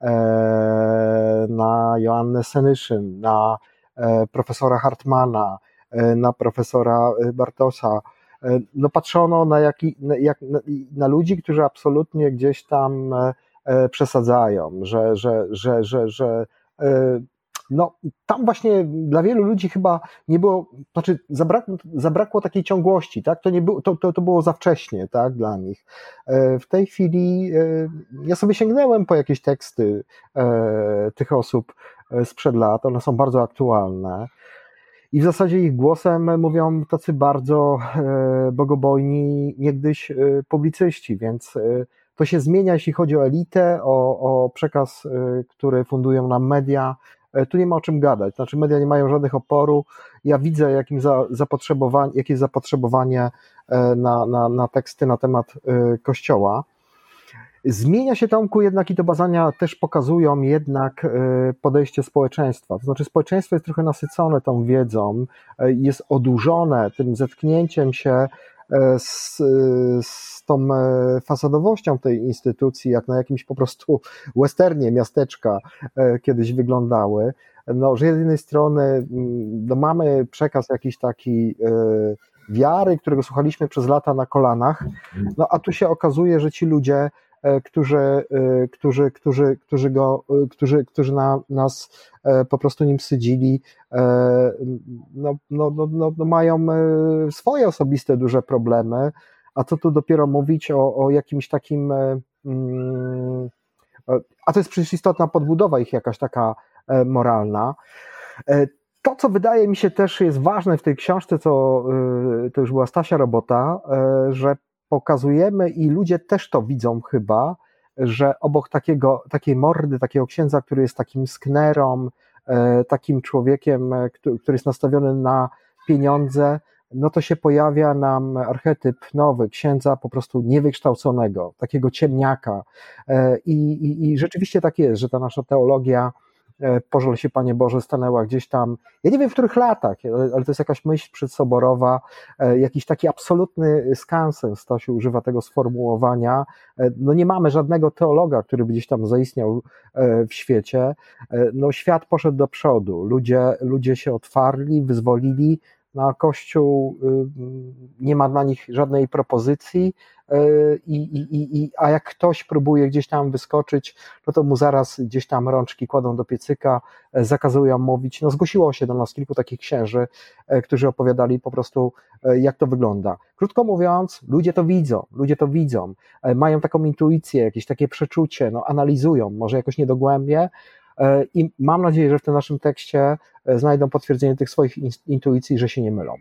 na Joannę Senyszyn, na profesora Hartmana, na profesora Bartosa, no patrzono na, jaki, na, jak, na, na ludzi, którzy absolutnie gdzieś tam przesadzają, że, że, że, że, że no tam właśnie dla wielu ludzi chyba nie było, znaczy zabrakło, zabrakło takiej ciągłości, tak? To nie było, to, to, to było za wcześnie, tak, dla nich. W tej chwili ja sobie sięgnąłem po jakieś teksty tych osób sprzed lat, one są bardzo aktualne i w zasadzie ich głosem mówią tacy bardzo bogobojni niegdyś publicyści, więc to się zmienia, jeśli chodzi o elitę, o, o przekaz, który fundują nam media. Tu nie ma o czym gadać, znaczy media nie mają żadnych oporu. Ja widzę, jakim za, zapotrzebowanie, jakie jest zapotrzebowanie na, na, na teksty na temat Kościoła. Zmienia się, Tomku, jednak i te badania też pokazują jednak podejście społeczeństwa. To znaczy społeczeństwo jest trochę nasycone tą wiedzą, jest odurzone tym zetknięciem się z, z tą fasadowością tej instytucji, jak na jakimś po prostu westernie miasteczka kiedyś wyglądały. No, że z jednej strony no, mamy przekaz jakiś taki wiary, którego słuchaliśmy przez lata na kolanach, no a tu się okazuje, że ci ludzie, którzy, którzy, którzy, którzy, go, którzy, którzy na, nas po prostu nim wsydzili, no, no, no, no mają swoje osobiste duże problemy, a co tu dopiero mówić o, o jakimś takim, a to jest przecież istotna podbudowa ich jakaś taka moralna. To, co wydaje mi się też jest ważne w tej książce, co to już była Stasia robota, że pokazujemy i ludzie też to widzą chyba, że obok takiego, takiej mordy, takiego księdza, który jest takim sknerą, takim człowiekiem, który jest nastawiony na pieniądze, no to się pojawia nam archetyp nowy, księdza po prostu niewykształconego, takiego ciemniaka. I, i, i rzeczywiście tak jest, że ta nasza teologia, pożal się Panie Boże, stanęła gdzieś tam, ja nie wiem w których latach, ale to jest jakaś myśl przedsoborowa, jakiś taki absolutny skansen, Stasiu używa tego sformułowania, no nie mamy żadnego teologa, który by gdzieś tam zaistniał w świecie, no świat poszedł do przodu, ludzie, ludzie się otwarli, wyzwolili, na Kościół nie ma dla nich żadnej propozycji, i, i, i, a jak ktoś próbuje gdzieś tam wyskoczyć, no to mu zaraz gdzieś tam rączki kładą do piecyka, zakazują mówić. No zgłosiło się do nas kilku takich księży, którzy opowiadali po prostu, jak to wygląda. Krótko mówiąc, ludzie to widzą, ludzie to widzą, mają taką intuicję, jakieś takie przeczucie, no analizują, może jakoś niedogłębnie, i mam nadzieję, że w tym naszym tekście znajdą potwierdzenie tych swoich intuicji, że się nie mylą.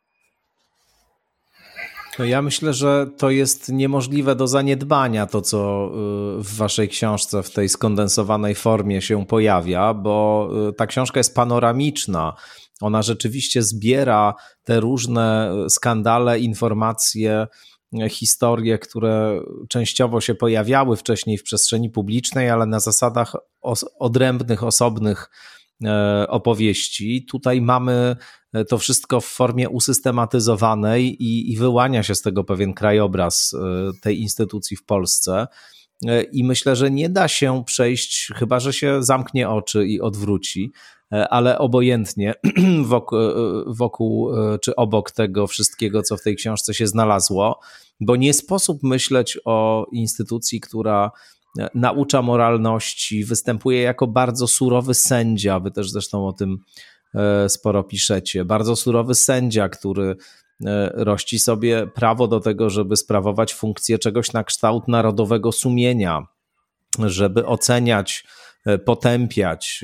No ja myślę, że to jest niemożliwe do zaniedbania, to co w waszej książce w tej skondensowanej formie się pojawia, bo ta książka jest panoramiczna. Ona rzeczywiście zbiera te różne skandale, informacje, historie, które częściowo się pojawiały wcześniej w przestrzeni publicznej, ale na zasadach os- odrębnych, osobnych opowieści. Tutaj mamy to wszystko w formie usystematyzowanej i, i wyłania się z tego pewien krajobraz tej instytucji w Polsce. I myślę, że nie da się przejść, chyba że się zamknie oczy i odwróci, ale obojętnie wokół, wokół czy obok tego wszystkiego, co w tej książce się znalazło, bo nie sposób myśleć o instytucji, która naucza moralności, występuje jako bardzo surowy sędzia, wy też zresztą o tym sporo piszecie, bardzo surowy sędzia, który rości sobie prawo do tego, żeby sprawować funkcję czegoś na kształt narodowego sumienia, żeby oceniać, potępiać,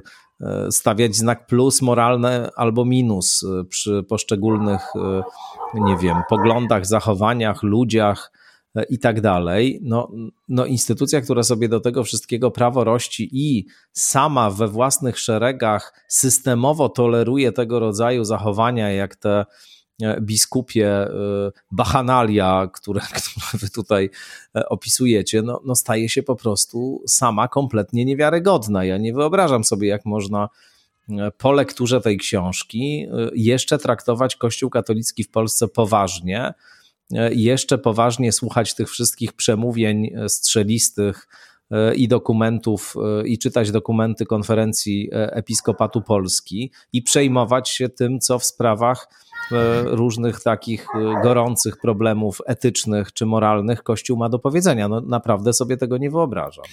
stawiać znak plus moralny albo minus przy poszczególnych, nie wiem, poglądach, zachowaniach, ludziach i tak dalej. No, no instytucja, która sobie do tego wszystkiego prawo rości i sama we własnych szeregach systemowo toleruje tego rodzaju zachowania, jak te biskupie bachanalia, które, które wy tutaj opisujecie, no, no staje się po prostu sama kompletnie niewiarygodna. Ja nie wyobrażam sobie, jak można po lekturze tej książki jeszcze traktować Kościół katolicki w Polsce poważnie, jeszcze poważnie słuchać tych wszystkich przemówień strzelistych i dokumentów, i czytać dokumenty konferencji Episkopatu Polski i przejmować się tym, co w sprawach różnych takich gorących problemów etycznych czy moralnych Kościół ma do powiedzenia. No naprawdę sobie tego nie wyobrażam.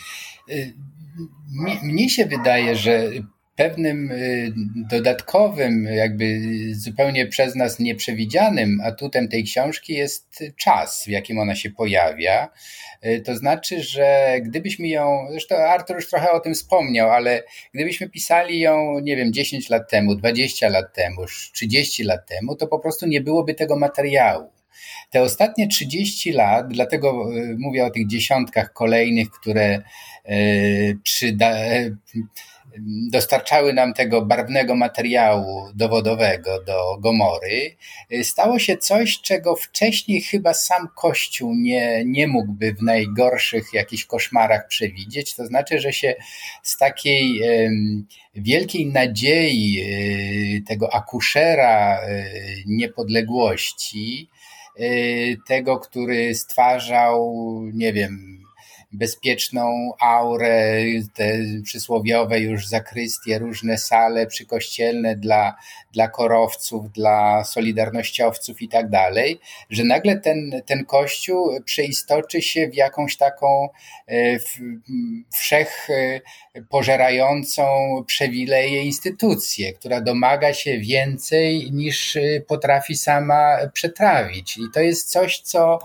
Mnie się wydaje, że pewnym dodatkowym, jakby zupełnie przez nas nieprzewidzianym atutem tej książki jest czas, w jakim ona się pojawia. To znaczy, że gdybyśmy ją, zresztą Artur już trochę o tym wspomniał, ale gdybyśmy pisali ją, nie wiem, dziesięć lat temu, dwadzieścia lat temu, trzydzieści lat temu, to po prostu nie byłoby tego materiału. Te ostatnie trzydzieści lat, dlatego mówię o tych dziesiątkach kolejnych, które przyda, dostarczały nam tego barwnego materiału dowodowego do Gomory, stało się coś, czego wcześniej chyba sam Kościół nie, nie mógłby w najgorszych jakichś koszmarach przewidzieć. To znaczy, że się z takiej wielkiej nadziei tego akuszera niepodległości, tego, który stwarzał, nie wiem, bezpieczną aurę, te przysłowiowe już zakrystie, różne sale przykościelne dla, dla korowców, dla solidarnościowców i tak dalej, że nagle ten, ten kościół przeistoczy się w jakąś taką wszech pożerającą przywileje instytucję, która domaga się więcej niż potrafi sama przetrawić. I to jest coś, co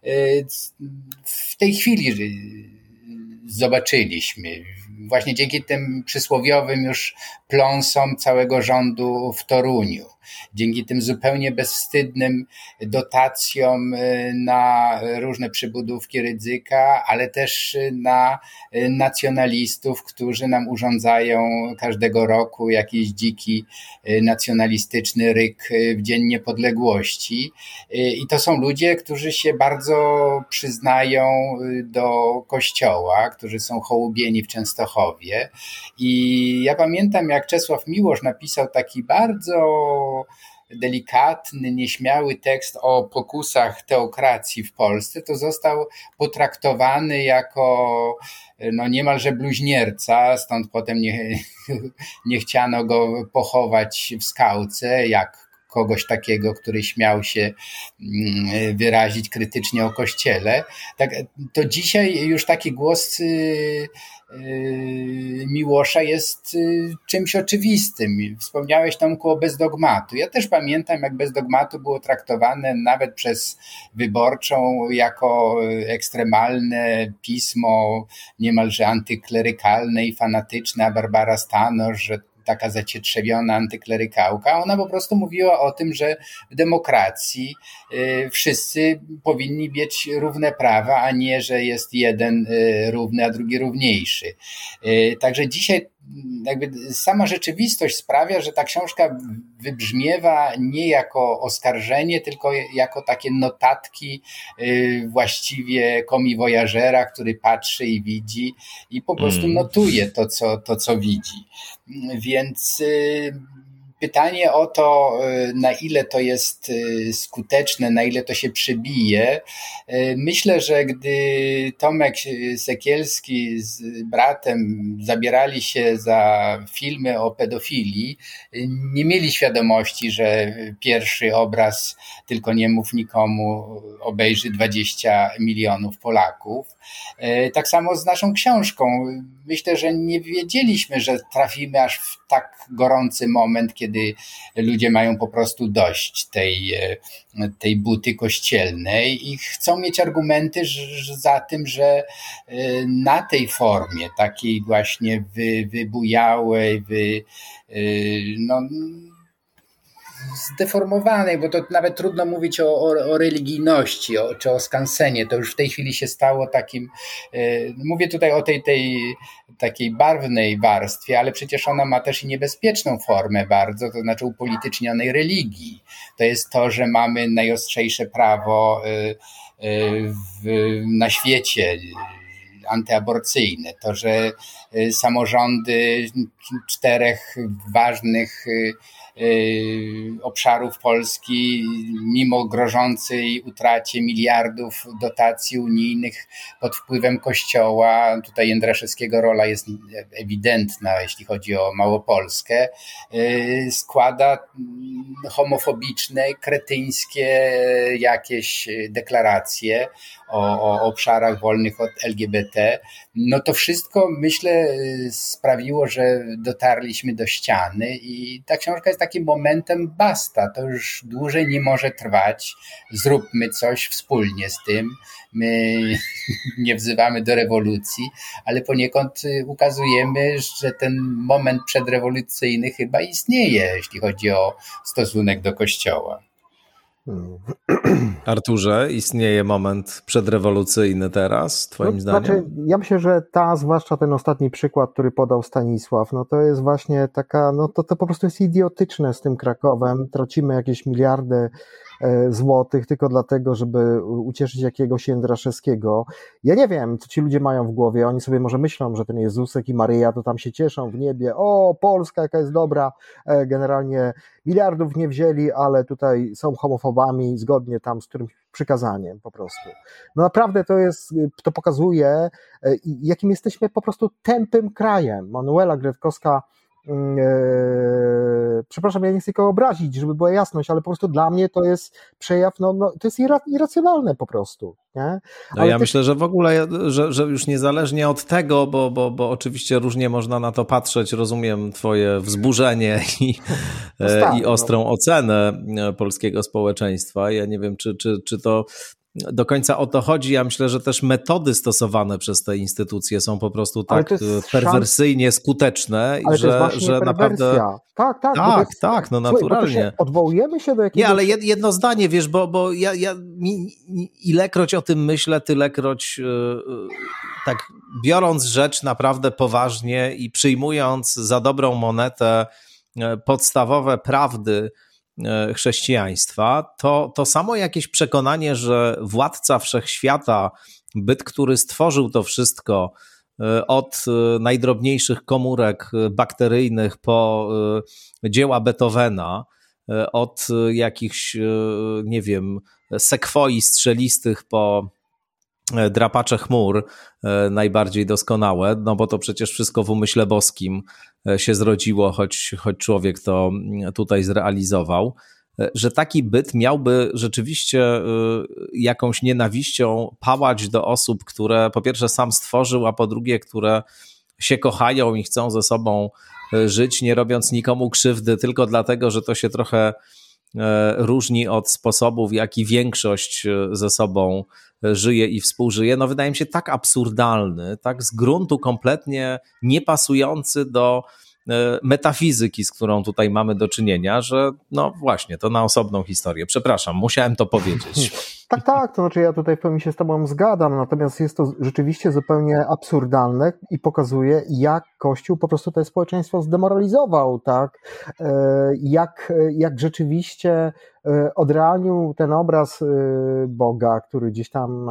w tej chwili zobaczyliśmy. Właśnie dzięki tym przysłowiowym już pląsom całego rządu w Toruniu, dzięki tym zupełnie bezwstydnym dotacjom na różne przybudówki Rydzyka, ale też na nacjonalistów, którzy nam urządzają każdego roku jakiś dziki nacjonalistyczny ryk w Dzień Niepodległości. I to są ludzie, którzy się bardzo przyznają do Kościoła, którzy są hołubieni w Częstochowie. I ja pamiętam, jak Czesław Miłosz napisał taki bardzo delikatny, nieśmiały tekst o pokusach teokracji w Polsce, to został potraktowany jako no niemalże bluźnierca, stąd potem nie, nie chciano go pochować w skałce, jak kogoś takiego, który śmiał się wyrazić krytycznie o Kościele. Tak, to dzisiaj już taki głos Miłosza jest czymś oczywistym. Wspomniałeś, Tomku, o Bez dogmatu. Ja też pamiętam, jak Bez dogmatu było traktowane nawet przez Wyborczą jako ekstremalne pismo, niemalże antyklerykalne i fanatyczne, a Barbara Stanosz, że taka zacietrzewiona antyklerykałka, ona po prostu mówiła o tym, że w demokracji wszyscy powinni mieć równe prawa, a nie, że jest jeden równy, a drugi równiejszy. Także dzisiaj jakby sama rzeczywistość sprawia, że ta książka wybrzmiewa nie jako oskarżenie, tylko jako takie notatki właściwie komiwojażera, który patrzy i widzi i po prostu notuje to, co, to, co widzi. Więc pytanie o to, na ile to jest skuteczne, na ile to się przebije. Myślę, że gdy Tomek Sekielski z bratem zabierali się za filmy o pedofilii, nie mieli świadomości, że pierwszy obraz Tylko nie mów nikomu obejrzy dwadzieścia milionów Polaków. Tak samo z naszą książką. Myślę, że nie wiedzieliśmy, że trafimy aż w tak gorący moment, kiedy ludzie mają po prostu dość tej, tej buty kościelnej i chcą mieć argumenty za tym, że na tej formie takiej właśnie wy, wybujałej, wy, no, zdeformowanej, bo to nawet trudno mówić o, o, o religijności o, czy o skansenie, to już w tej chwili się stało takim, yy, mówię tutaj o tej, tej takiej barwnej warstwie, ale przecież ona ma też i niebezpieczną formę bardzo, to znaczy upolitycznionej religii. To jest to, że mamy najostrzejsze prawo yy, yy, w, na świecie, antyaborcyjne, to, że samorządy czterech ważnych obszarów Polski, mimo grożącej utracie miliardów dotacji unijnych pod wpływem Kościoła, tutaj Jędraszewskiego rola jest ewidentna, jeśli chodzi o Małopolskę, składa homofobiczne, kretyńskie jakieś deklaracje o, o obszarach wolnych od L G B T. No to wszystko, myślę, sprawiło, że dotarliśmy do ściany i ta książka jest takim momentem basta, to już dłużej nie może trwać, zróbmy coś wspólnie z tym. My nie wzywamy do rewolucji, ale poniekąd ukazujemy, że ten moment przedrewolucyjny chyba istnieje, jeśli chodzi o stosunek do Kościoła.
Hmm. Arturze, istnieje moment przedrewolucyjny teraz, twoim no, zdaniem? Znaczy,
ja myślę, że ta, zwłaszcza ten ostatni przykład, który podał Stanisław, no to jest właśnie taka, no to, to po prostu jest idiotyczne z tym Krakowem. Tracimy jakieś miliardy złotych tylko dlatego, żeby ucieszyć jakiegoś Jędraszewskiego. Ja nie wiem, co ci ludzie mają w głowie. Oni sobie może myślą, że ten Jezusek i Maryja to tam się cieszą w niebie. O, Polska jaka jest dobra. Generalnie miliardów nie wzięli, ale tutaj są homofobami zgodnie tam z którymś przykazaniem po prostu. No naprawdę to jest, to pokazuje, jakim jesteśmy po prostu tępym krajem. Manuela Gretkowska Eee, przepraszam, ja nie chcę nikogo obrazić, żeby była jasność, ale po prostu dla mnie to jest przejaw, no, no to jest irracjonalne po prostu. Nie?
No ja ty... myślę, że w ogóle, że, że już niezależnie od tego, bo, bo, bo oczywiście różnie można na to patrzeć, rozumiem twoje wzburzenie i, no stary, i ostrą no. ocenę polskiego społeczeństwa. Ja nie wiem, czy, czy, czy to do końca o to chodzi. Ja myślę, że też metody stosowane przez te instytucje są po prostu tak perwersyjnie szans... skuteczne,
ale
że,
to jest
że naprawdę...
Tak, tak.
Tak,
jest...
tak, no naturalnie.
Słuchaj, odwołujemy się do jakiegoś...
Nie, ale jedno zdanie, wiesz, bo, bo ja, ja ilekroć o tym myślę, tylekroć yy, tak biorąc rzecz naprawdę poważnie i przyjmując za dobrą monetę podstawowe prawdy chrześcijaństwa, to, to samo jakieś przekonanie, że władca wszechświata, byt, który stworzył to wszystko od najdrobniejszych komórek bakteryjnych po dzieła Beethovena, od jakichś, nie wiem, sekwoi strzelistych po drapacze chmur najbardziej doskonałe, no bo to przecież wszystko w umyśle boskim się zrodziło, choć, choć człowiek to tutaj zrealizował, że taki byt miałby rzeczywiście jakąś nienawiścią pałać do osób, które po pierwsze sam stworzył, a po drugie, które się kochają i chcą ze sobą żyć, nie robiąc nikomu krzywdy, tylko dlatego, że to się trochę różni od sposobów, w jaki większość ze sobą żyje i współżyje, no wydaje mi się tak absurdalny, tak z gruntu kompletnie niepasujący do metafizyki, z którą tutaj mamy do czynienia, że no właśnie, to na osobną historię. Przepraszam, musiałem to powiedzieć.
Tak, tak, to znaczy ja tutaj w pełni się z tobą zgadzam, natomiast jest to rzeczywiście zupełnie absurdalne i pokazuje, jak Kościół po prostu to społeczeństwo zdemoralizował, tak, jak, jak rzeczywiście odrealnił ten obraz Boga, który gdzieś tam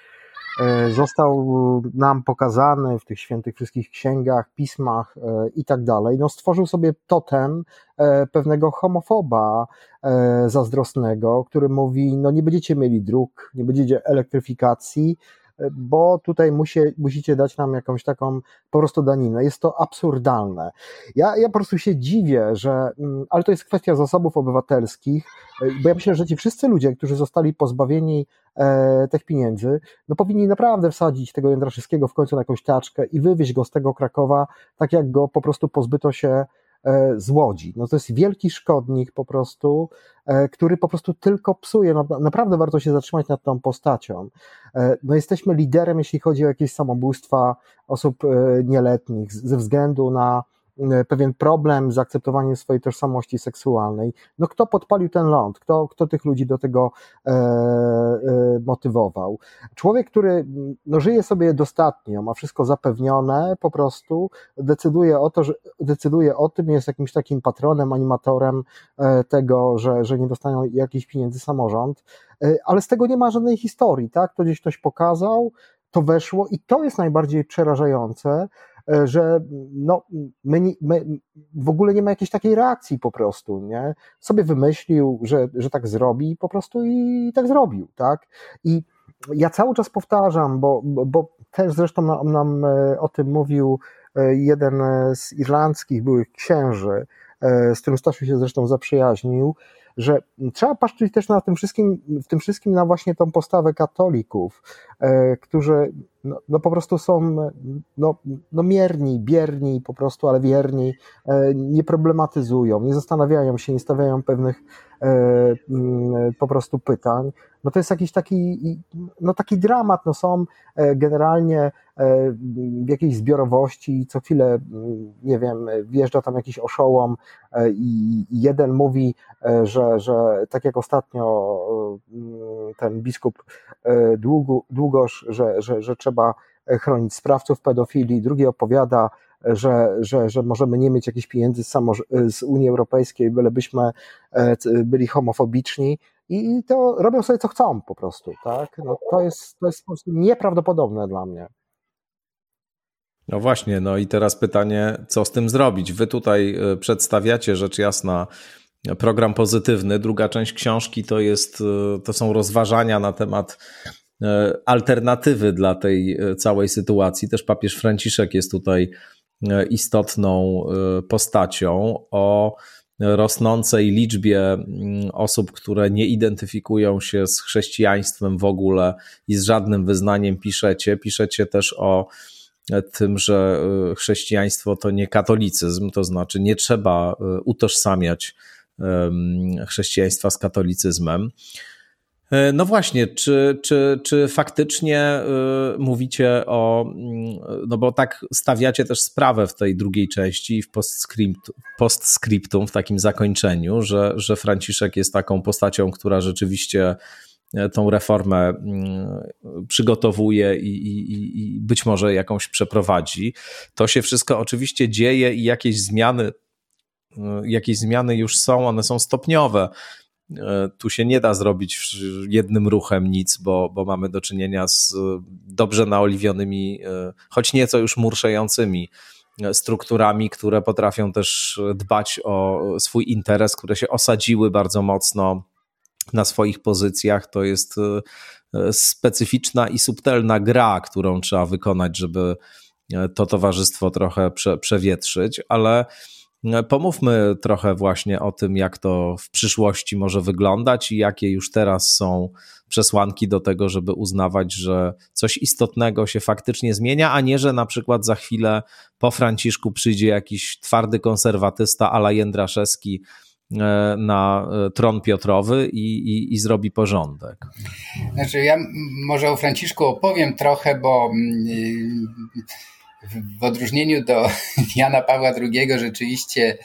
został nam pokazany w tych świętych wszystkich księgach, pismach i tak dalej. No stworzył sobie totem pewnego homofoba zazdrosnego, który mówi, no nie będziecie mieli dróg, nie będziecie elektryfikacji, bo tutaj musi, musicie dać nam jakąś taką po prostu daninę. Jest to absurdalne. Ja, ja po prostu się dziwię, że, ale to jest kwestia zasobów obywatelskich, bo ja myślę, że ci wszyscy ludzie, którzy zostali pozbawieni e, tych pieniędzy, no powinni naprawdę wsadzić tego Jędraszewskiego w końcu na jakąś taczkę i wywieźć go z tego Krakowa, tak jak go po prostu pozbyto się z Łodzi. No to jest wielki szkodnik po prostu, który po prostu tylko psuje. No, naprawdę warto się zatrzymać nad tą postacią. No jesteśmy liderem, jeśli chodzi o jakieś samobójstwa osób nieletnich ze względu na pewien problem z akceptowaniem swojej tożsamości seksualnej. No kto podpalił ten ląd? Kto, kto tych ludzi do tego e, e, motywował? Człowiek, który no, żyje sobie dostatnio, ma wszystko zapewnione, po prostu decyduje o to, że decyduje o tym, jest jakimś takim patronem, animatorem e, tego, że, że nie dostają jakichś pieniędzy samorząd, e, ale z tego nie ma żadnej historii, tak? To gdzieś ktoś pokazał, to weszło i to jest najbardziej przerażające, że no, my, my w ogóle nie ma jakiejś takiej reakcji po prostu, nie? Sobie wymyślił, że, że tak zrobi po prostu i tak zrobił, tak? I ja cały czas powtarzam, bo, bo też zresztą nam, nam o tym mówił jeden z irlandzkich byłych księży, z którym Stasiu się zresztą zaprzyjaźnił, że trzeba patrzeć też na tym wszystkim, w tym wszystkim na właśnie tą postawę katolików, którzy no, no po prostu są no, no mierni, bierni po prostu, ale wierni, nie problematyzują, nie zastanawiają się, nie stawiają pewnych po prostu pytań. No to jest jakiś taki, no taki dramat, no są generalnie w jakiejś zbiorowości, co chwilę, nie wiem, wjeżdża tam jakiś oszołom i jeden mówi, że, że tak jak ostatnio ten biskup Długosz, że, że, że trzeba chronić sprawców pedofilii, drugi opowiada, że, że, że możemy nie mieć jakichś pieniędzy z, samo, z Unii Europejskiej, bylebyśmy byli homofobiczni i to robią sobie co chcą po prostu, tak? No to jest, to jest po prostu nieprawdopodobne dla mnie.
No właśnie, no i teraz pytanie, co z tym zrobić? Wy tutaj przedstawiacie rzecz jasna program pozytywny, druga część książki to jest, to są rozważania na temat alternatywy dla tej całej sytuacji. Też papież Franciszek jest tutaj istotną postacią. O rosnącej liczbie osób, które nie identyfikują się z chrześcijaństwem w ogóle i z żadnym wyznaniem piszecie. Piszecie też o tym, że chrześcijaństwo to nie katolicyzm, to znaczy nie trzeba utożsamiać chrześcijaństwa z katolicyzmem. No właśnie, czy, czy, czy faktycznie mówicie o, no bo tak stawiacie też sprawę w tej drugiej części, w postscriptum, w takim zakończeniu, że, że Franciszek jest taką postacią, która rzeczywiście tą reformę przygotowuje i, i, i być może jakąś przeprowadzi. To się wszystko oczywiście dzieje i jakieś zmiany, jakieś zmiany już są, one są stopniowe. Tu się nie da zrobić jednym ruchem nic, bo, bo mamy do czynienia z dobrze naoliwionymi, choć nieco już murszejącymi strukturami, które potrafią też dbać o swój interes, które się osadziły bardzo mocno na swoich pozycjach. To jest specyficzna i subtelna gra, którą trzeba wykonać, żeby to towarzystwo trochę prze, przewietrzyć, ale pomówmy trochę właśnie o tym, jak to w przyszłości może wyglądać i jakie już teraz są przesłanki do tego, żeby uznawać, że coś istotnego się faktycznie zmienia, a nie, że na przykład za chwilę po Franciszku przyjdzie jakiś twardy konserwatysta a la Jędraszewski na tron Piotrowy i, i, i zrobi porządek.
Znaczy ja może o Franciszku opowiem trochę, bo w odróżnieniu do Jana Pawła drugiego rzeczywiście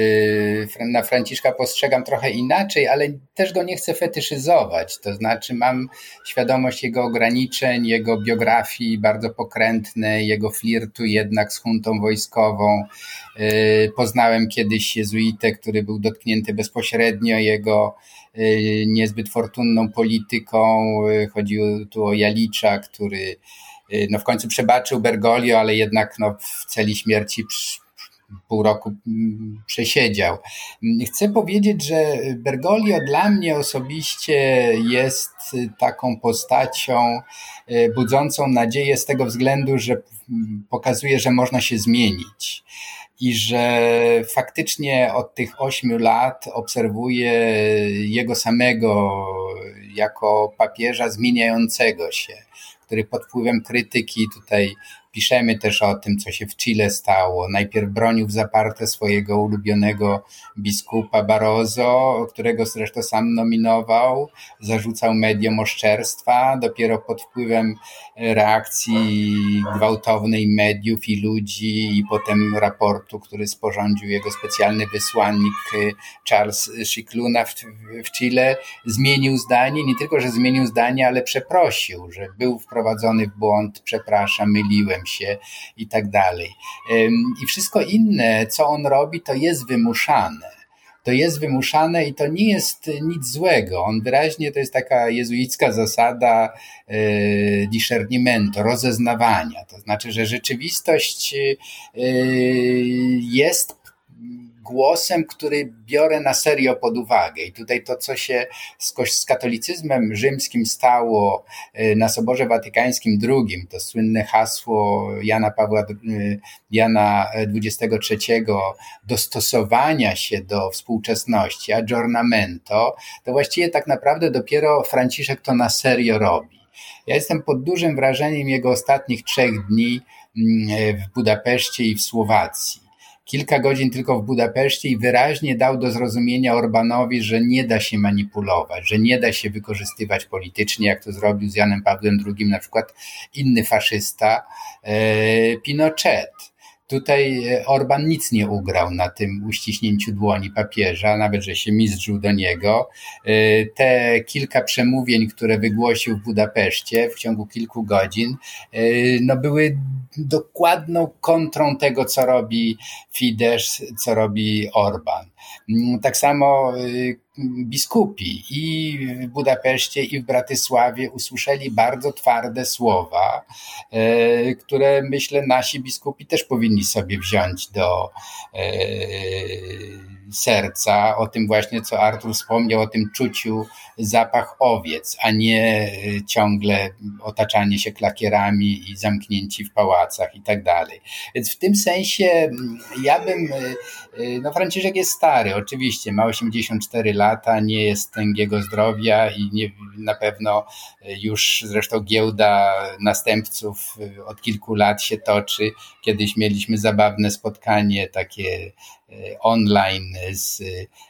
na Franciszka postrzegam trochę inaczej, ale też go nie chcę fetyszyzować. To znaczy mam świadomość jego ograniczeń, jego biografii bardzo pokrętnej, jego flirtu jednak z huntą wojskową. Poznałem kiedyś jezuitę, który był dotknięty bezpośrednio jego niezbyt fortunną polityką. Chodziło tu o Jalicza, który no w końcu przebaczył Bergoglio, ale jednak no w celi śmierci pół roku przesiedział. Chcę powiedzieć, że Bergoglio dla mnie osobiście jest taką postacią budzącą nadzieję z tego względu, że pokazuje, że można się zmienić. I że faktycznie od tych ośmiu lat obserwuję jego samego jako papieża zmieniającego się, który pod wpływem krytyki, tutaj piszemy też o tym, co się w Chile stało. Najpierw bronił w zaparte swojego ulubionego biskupa Barroso, którego zresztą sam nominował, zarzucał mediom oszczerstwa. Dopiero pod wpływem reakcji gwałtownej mediów i ludzi i potem raportu, który sporządził jego specjalny wysłannik Charles Scicluna w, w Chile, zmienił zdanie. Nie tylko, że zmienił zdanie, ale przeprosił, że był wprowadzony w błąd, przepraszam, myliłem się i tak dalej. I wszystko inne, co on robi, to jest wymuszane. To jest wymuszane i to nie jest nic złego. On wyraźnie, to jest taka jezuicka zasada e, discernimento, rozeznawania. To znaczy, że rzeczywistość e, jest głosem, który biorę na serio pod uwagę. I tutaj to, co się z, z katolicyzmem rzymskim stało na Soborze Watykańskim drugim, to słynne hasło Jana Pawła Jana dwudziestego trzeciego dostosowania się do współczesności, aggiornamento, to właściwie tak naprawdę dopiero Franciszek to na serio robi. Ja jestem pod dużym wrażeniem jego ostatnich trzech dni w Budapeszcie i w Słowacji. Kilka godzin tylko w Budapeszcie i wyraźnie dał do zrozumienia Orbánowi, że nie da się manipulować, że nie da się wykorzystywać politycznie, jak to zrobił z Janem Pawłem drugim, na przykład inny faszysta, e, Pinochet. Tutaj Orbán nic nie ugrał na tym uściśnięciu dłoni papieża, nawet że się mizdrzył do niego. Te kilka przemówień, które wygłosił w Budapeszcie w ciągu kilku godzin, no były dokładną kontrą tego, co robi Fidesz, co robi Orbán. Tak samo biskupi i w Budapeszcie, i w Bratysławie usłyszeli bardzo twarde słowa, które myślę nasi biskupi też powinni sobie wziąć do serca, o tym właśnie, co Artur wspomniał, o tym czuciu zapach owiec, a nie ciągle otaczanie się klakierami i zamknięci w pałacach i tak dalej. Więc w tym sensie ja bym, no Franciszek jest stary, oczywiście, ma osiemdziesiąt cztery lata, nie jest tęgiego zdrowia i nie, na pewno już zresztą giełda następców od kilku lat się toczy. Kiedyś mieliśmy zabawne spotkanie takie online z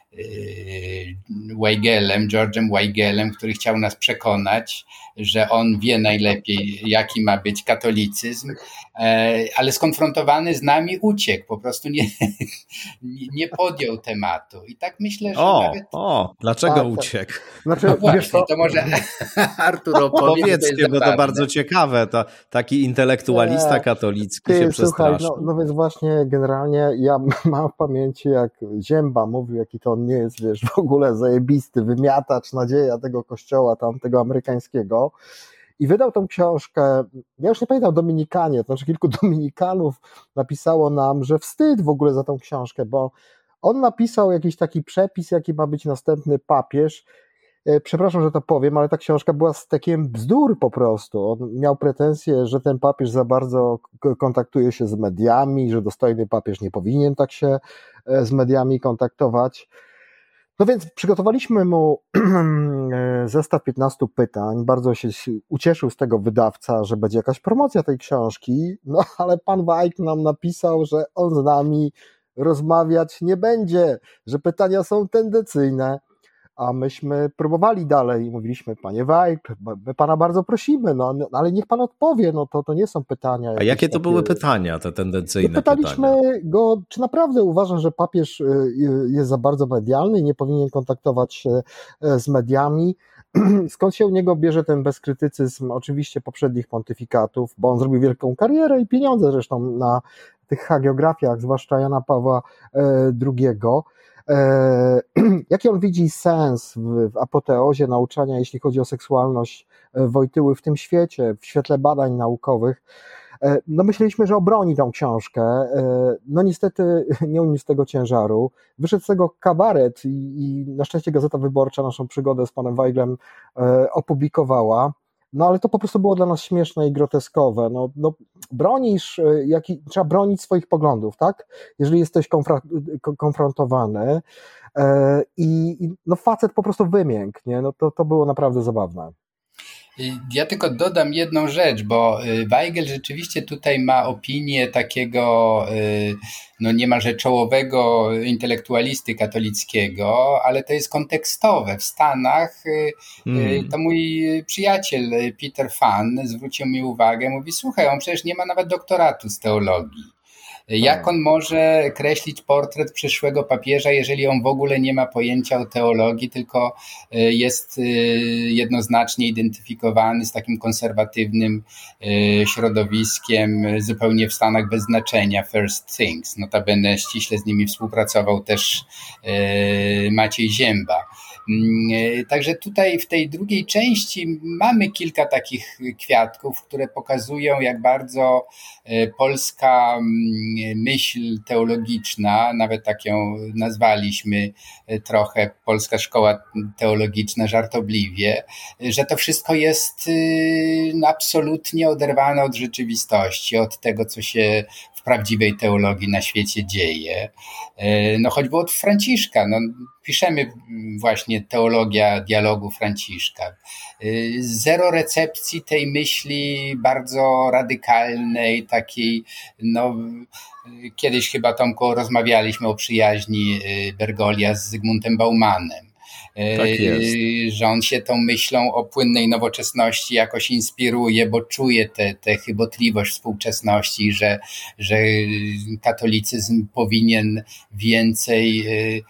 Weigelem, George'em Weigelem, który chciał nas przekonać, że on wie najlepiej, jaki ma być katolicyzm, ale skonfrontowany z nami uciekł, po prostu nie, nie podjął tematu. I tak myślę, że
o,
nawet...
O, dlaczego tak, uciekł?
Znaczy, no właśnie, to może Artur opowie.
Powiedzcie, bo to bardzo ciekawe, to taki intelektualista nie, katolicki
ty,
się
słuchaj,
przestraszył.
No, no więc właśnie generalnie ja mam w pamięci, jak Zięba mówił, jaki to on nie jest, wiesz, w ogóle zajebisty wymiatacz, nadzieja tego kościoła tam, tego amerykańskiego. I wydał tą książkę, ja już nie pamiętam, Dominikanie, to znaczy kilku Dominikanów napisało nam, że wstyd w ogóle za tą książkę, bo on napisał jakiś taki przepis, jaki ma być następny papież. Przepraszam, że to powiem, ale ta książka była stekiem bzdur po prostu. On miał pretensje, że ten papież za bardzo kontaktuje się z mediami, że dostojny papież nie powinien tak się z mediami kontaktować. No więc przygotowaliśmy mu zestaw piętnastu pytań, bardzo się ucieszył z tego wydawca, że będzie jakaś promocja tej książki, no ale pan Wajk nam napisał, że on z nami rozmawiać nie będzie, że pytania są tendencyjne, a myśmy próbowali dalej i mówiliśmy, panie Wajk, my pana bardzo prosimy, no ale niech pan odpowie, no to, to nie są pytania.
A jakie to
takie...
były pytania, te tendencyjne
Pytaliśmy
pytania?
go, czy naprawdę uważa, że papież jest za bardzo medialny i nie powinien kontaktować się z mediami, skąd się u niego bierze ten bezkrytycyzm oczywiście poprzednich pontyfikatów, bo on zrobił wielką karierę i pieniądze zresztą na tych hagiografiach, zwłaszcza Jana Pawła drugiego. Jaki on widzi sens w, w apoteozie nauczania, jeśli chodzi o seksualność Wojtyły w tym świecie, w świetle badań naukowych? No myśleliśmy, że obroni tą książkę, no niestety nie uniósł tego ciężaru, wyszedł z tego kabaret i, i na szczęście Gazeta Wyborcza naszą przygodę z panem Weiglem opublikowała. No ale to po prostu było dla nas śmieszne i groteskowe. No, no bronisz, jaki, trzeba bronić swoich poglądów, tak? Jeżeli jesteś konfra- konfrontowany e, i no facet po prostu wymiękł, nie? No to, to było naprawdę zabawne.
Ja tylko dodam jedną rzecz, bo Weigel rzeczywiście tutaj ma opinię takiego no niemalże czołowego intelektualisty katolickiego, ale to jest kontekstowe. W Stanach mm. to mój przyjaciel Peter Phan zwrócił mi uwagę, mówi, słuchaj, on przecież nie ma nawet doktoratu z teologii. Jak on może kreślić portret przyszłego papieża, jeżeli on w ogóle nie ma pojęcia o teologii, tylko jest jednoznacznie identyfikowany z takim konserwatywnym środowiskiem, zupełnie w Stanach bez znaczenia, First Things. Notabene ściśle z nimi współpracował też Maciej Zięba. Także tutaj w tej drugiej części mamy kilka takich kwiatków, które pokazują, jak bardzo polska myśl teologiczna, nawet tak ją nazwaliśmy trochę, polska szkoła teologiczna żartobliwie, że to wszystko jest absolutnie oderwane od rzeczywistości, od tego, co się w prawdziwej teologii na świecie dzieje. No choćby od Franciszka, no, piszemy właśnie teologia dialogu Franciszka. Zero recepcji tej myśli bardzo radykalnej, takiej, no kiedyś chyba, Tomku, rozmawialiśmy o przyjaźni Bergoglia z Zygmuntem Baumanem.
Tak jest.
Że on się tą myślą o płynnej nowoczesności jakoś inspiruje, bo czuje tę te, te chybotliwość współczesności, że, że katolicyzm powinien więcej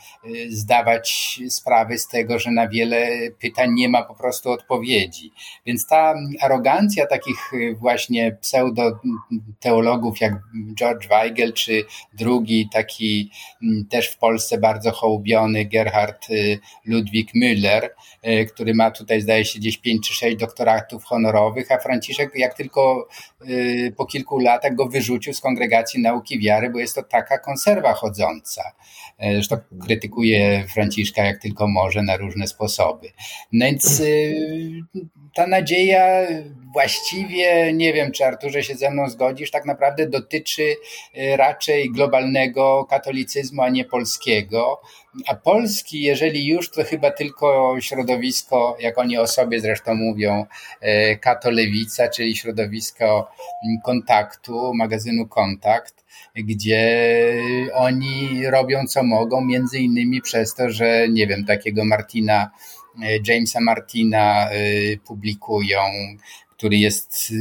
zdawać sprawy z tego, że na wiele pytań nie ma po prostu odpowiedzi. Więc ta arogancja takich właśnie pseudoteologów jak George Weigel, czy drugi taki też w Polsce bardzo hołubiony Gerhard Ludwig Müller, który ma tutaj, zdaje się, gdzieś pięć czy sześć doktoratów honorowych, a Franciszek jak tylko po kilku latach go wyrzucił z Kongregacji Nauki Wiary, bo jest to taka konserwa chodząca. Zresztą krytykuje Franciszka jak tylko może na różne sposoby. No więc ta nadzieja właściwie, nie wiem, czy Arturze się ze mną zgodzisz, tak naprawdę dotyczy raczej globalnego katolicyzmu, a nie polskiego. A polski, jeżeli już, to chyba tylko środowisko, jak oni o sobie zresztą mówią, katolewica, czyli środowisko Kontaktu, magazynu Kontakt, gdzie oni robią co mogą, między innymi przez to, że nie wiem, takiego Martina, Jamesa Martina publikują, który jest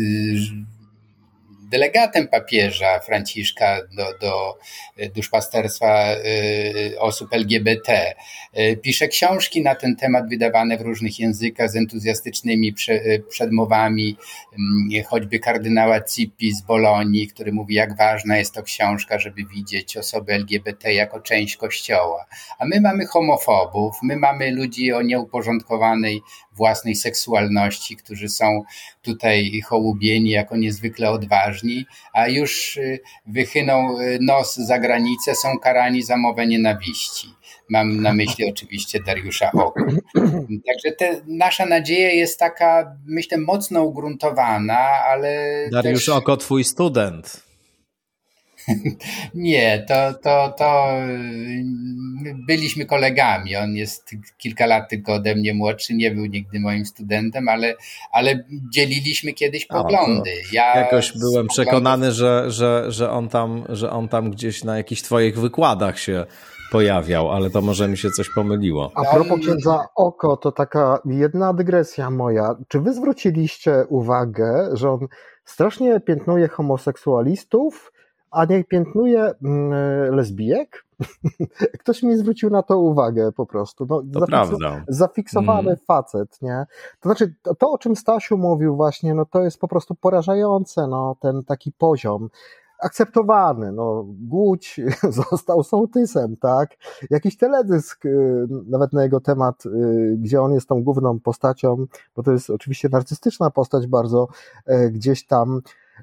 delegatem papieża Franciszka do, do duszpasterstwa osób L G B T. Pisze książki na ten temat wydawane w różnych językach z entuzjastycznymi przedmowami, choćby kardynała Zippi z Bolonii, który mówi, jak ważna jest to książka, żeby widzieć osoby L G B T jako część Kościoła. A my mamy homofobów, my mamy ludzi o nieuporządkowanej własnej seksualności, którzy są tutaj hołubieni jako niezwykle odważni, a już wychyną nos za granicę, są karani za mowę nienawiści. Mam na myśli oczywiście Dariusza Oko. Także te, nasza nadzieja jest taka, myślę, mocno ugruntowana, ale
Dariusz
też...
Oko, twój student.
Nie, to, to, to byliśmy kolegami. On jest kilka lat tylko ode mnie młodszy, nie był nigdy moim studentem, ale, ale dzieliliśmy kiedyś poglądy.
Ja jakoś byłem poglądów... przekonany, że, że, że, on tam, że on tam gdzieś na jakichś twoich wykładach się pojawiał, ale to może mi się coś pomyliło.
A propos księdza Oko, to taka jedna dygresja moja. Czy wy zwróciliście uwagę, że on strasznie piętnuje homoseksualistów, a nie piętnuje lesbijek? Ktoś mi zwrócił na to uwagę po prostu. No,
to zafiksu- prawda.
Zafiksowany mm. facet, nie? To znaczy, to, to o czym Stasiu mówił właśnie, no to jest po prostu porażające, no, ten taki poziom. Akceptowany, no, Głódź został sołtysem, tak? Jakiś teledysk, nawet na jego temat, gdzie on jest tą główną postacią, bo to jest oczywiście narcystyczna postać bardzo, gdzieś tam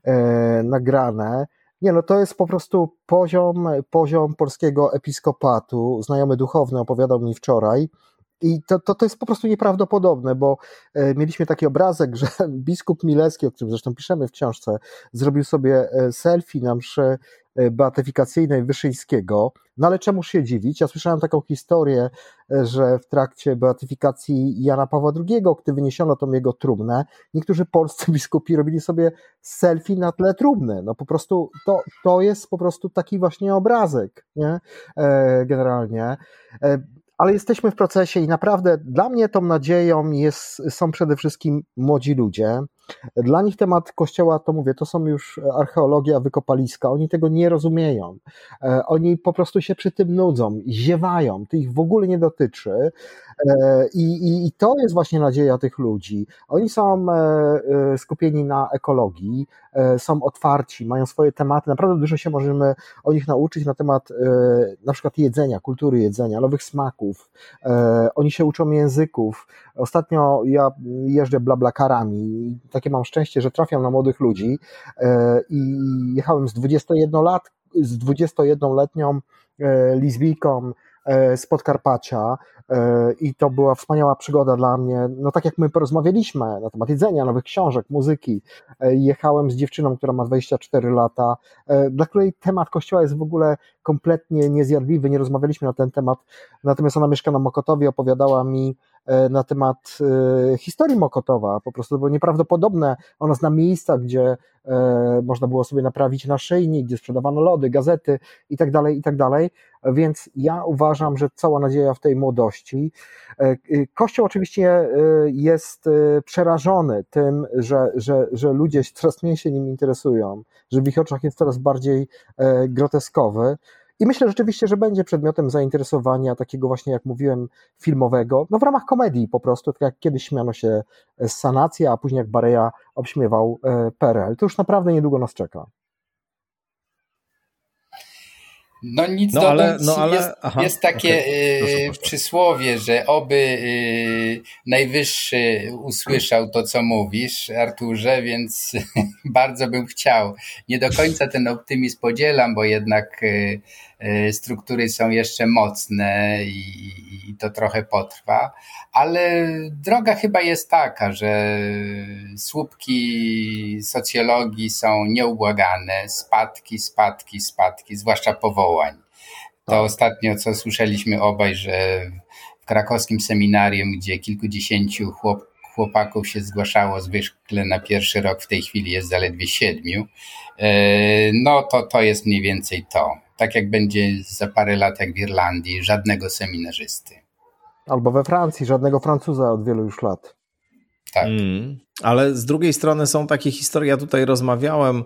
nagrane. Nie, no to jest po prostu poziom, poziom polskiego episkopatu. Znajomy duchowny opowiadał mi wczoraj i to, to, to jest po prostu nieprawdopodobne, bo mieliśmy taki obrazek, że biskup Milewski, o którym zresztą piszemy w książce, zrobił sobie selfie na mszy beatyfikacyjnej Wyszyńskiego. No ale czemuż się dziwić? Ja słyszałem taką historię, że w trakcie beatyfikacji Jana Pawła drugiego, gdy wyniesiono tą jego trumnę, niektórzy polscy biskupi robili sobie selfie na tle trumny. No po prostu to, to jest po prostu taki właśnie obrazek, nie? E, generalnie. E, ale jesteśmy w procesie i naprawdę dla mnie tą nadzieją jest, są przede wszystkim młodzi ludzie. Dla nich temat Kościoła, to mówię, to są już archeologia, wykopaliska, oni tego nie rozumieją. Oni po prostu się przy tym nudzą, ziewają, to ich w ogóle nie dotyczy. I, i, i to jest właśnie nadzieja tych ludzi. Oni są skupieni na ekologii, są otwarci, mają swoje tematy, naprawdę dużo się możemy o nich nauczyć na temat na przykład jedzenia, kultury jedzenia, nowych smaków. Oni się uczą języków. Ostatnio ja jeżdżę blablakarami, takie mam szczęście, że trafiam na młodych ludzi i jechałem z dwudziestojednolatką, z dwudziestojednoletnią lesbijką z Podkarpacia i to była wspaniała przygoda dla mnie. No tak jak my porozmawialiśmy na temat jedzenia, nowych książek, muzyki. Jechałem z dziewczyną, która ma dwadzieścia cztery lata, dla której temat kościoła jest w ogóle kompletnie niezjadliwy, nie rozmawialiśmy na ten temat, natomiast ona mieszka na Mokotowie, opowiadała mi na temat historii Mokotowa, po prostu to było nieprawdopodobne. Ona zna miejsca, gdzie można było sobie naprawić naszyjnik, gdzie sprzedawano lody, gazety i tak dalej, i tak dalej, więc ja uważam, że cała nadzieja w tej młodości. Kościół oczywiście jest przerażony tym, że, że, że ludzie coraz mniej się nim interesują, że w ich oczach jest coraz bardziej groteskowy. I myślę rzeczywiście, że będzie przedmiotem zainteresowania takiego właśnie, jak mówiłem, filmowego, no w ramach komedii po prostu, tak jak kiedyś śmiano się z Sanacji, a później jak Bareja obśmiewał P R L. To już naprawdę niedługo nas czeka.
No nic
no,
dodać,
ale, no, ale,
jest,
aha,
jest takie
okay. proszę,
proszę, przysłowie, że oby y, Najwyższy usłyszał to, co mówisz, Arturze, więc bardzo bym chciał. Nie do końca ten optymizm podzielam, bo jednak y, y, struktury są jeszcze mocne i, i to trochę potrwa, ale droga chyba jest taka, że słupki socjologii są nieubłagane, spadki, spadki, spadki, zwłaszcza powołań. To tak. Ostatnio, co słyszeliśmy obaj, że w krakowskim seminarium, gdzie kilkudziesięciu chłop, chłopaków się zgłaszało zwykle na pierwszy rok, w tej chwili jest zaledwie siedmiu, no to to jest mniej więcej to. Tak jak będzie za parę lat jak w Irlandii, żadnego seminarzysty.
Albo we Francji, żadnego Francuza od wielu już lat.
Tak. Mm, ale z drugiej strony są takie historie, ja tutaj rozmawiałem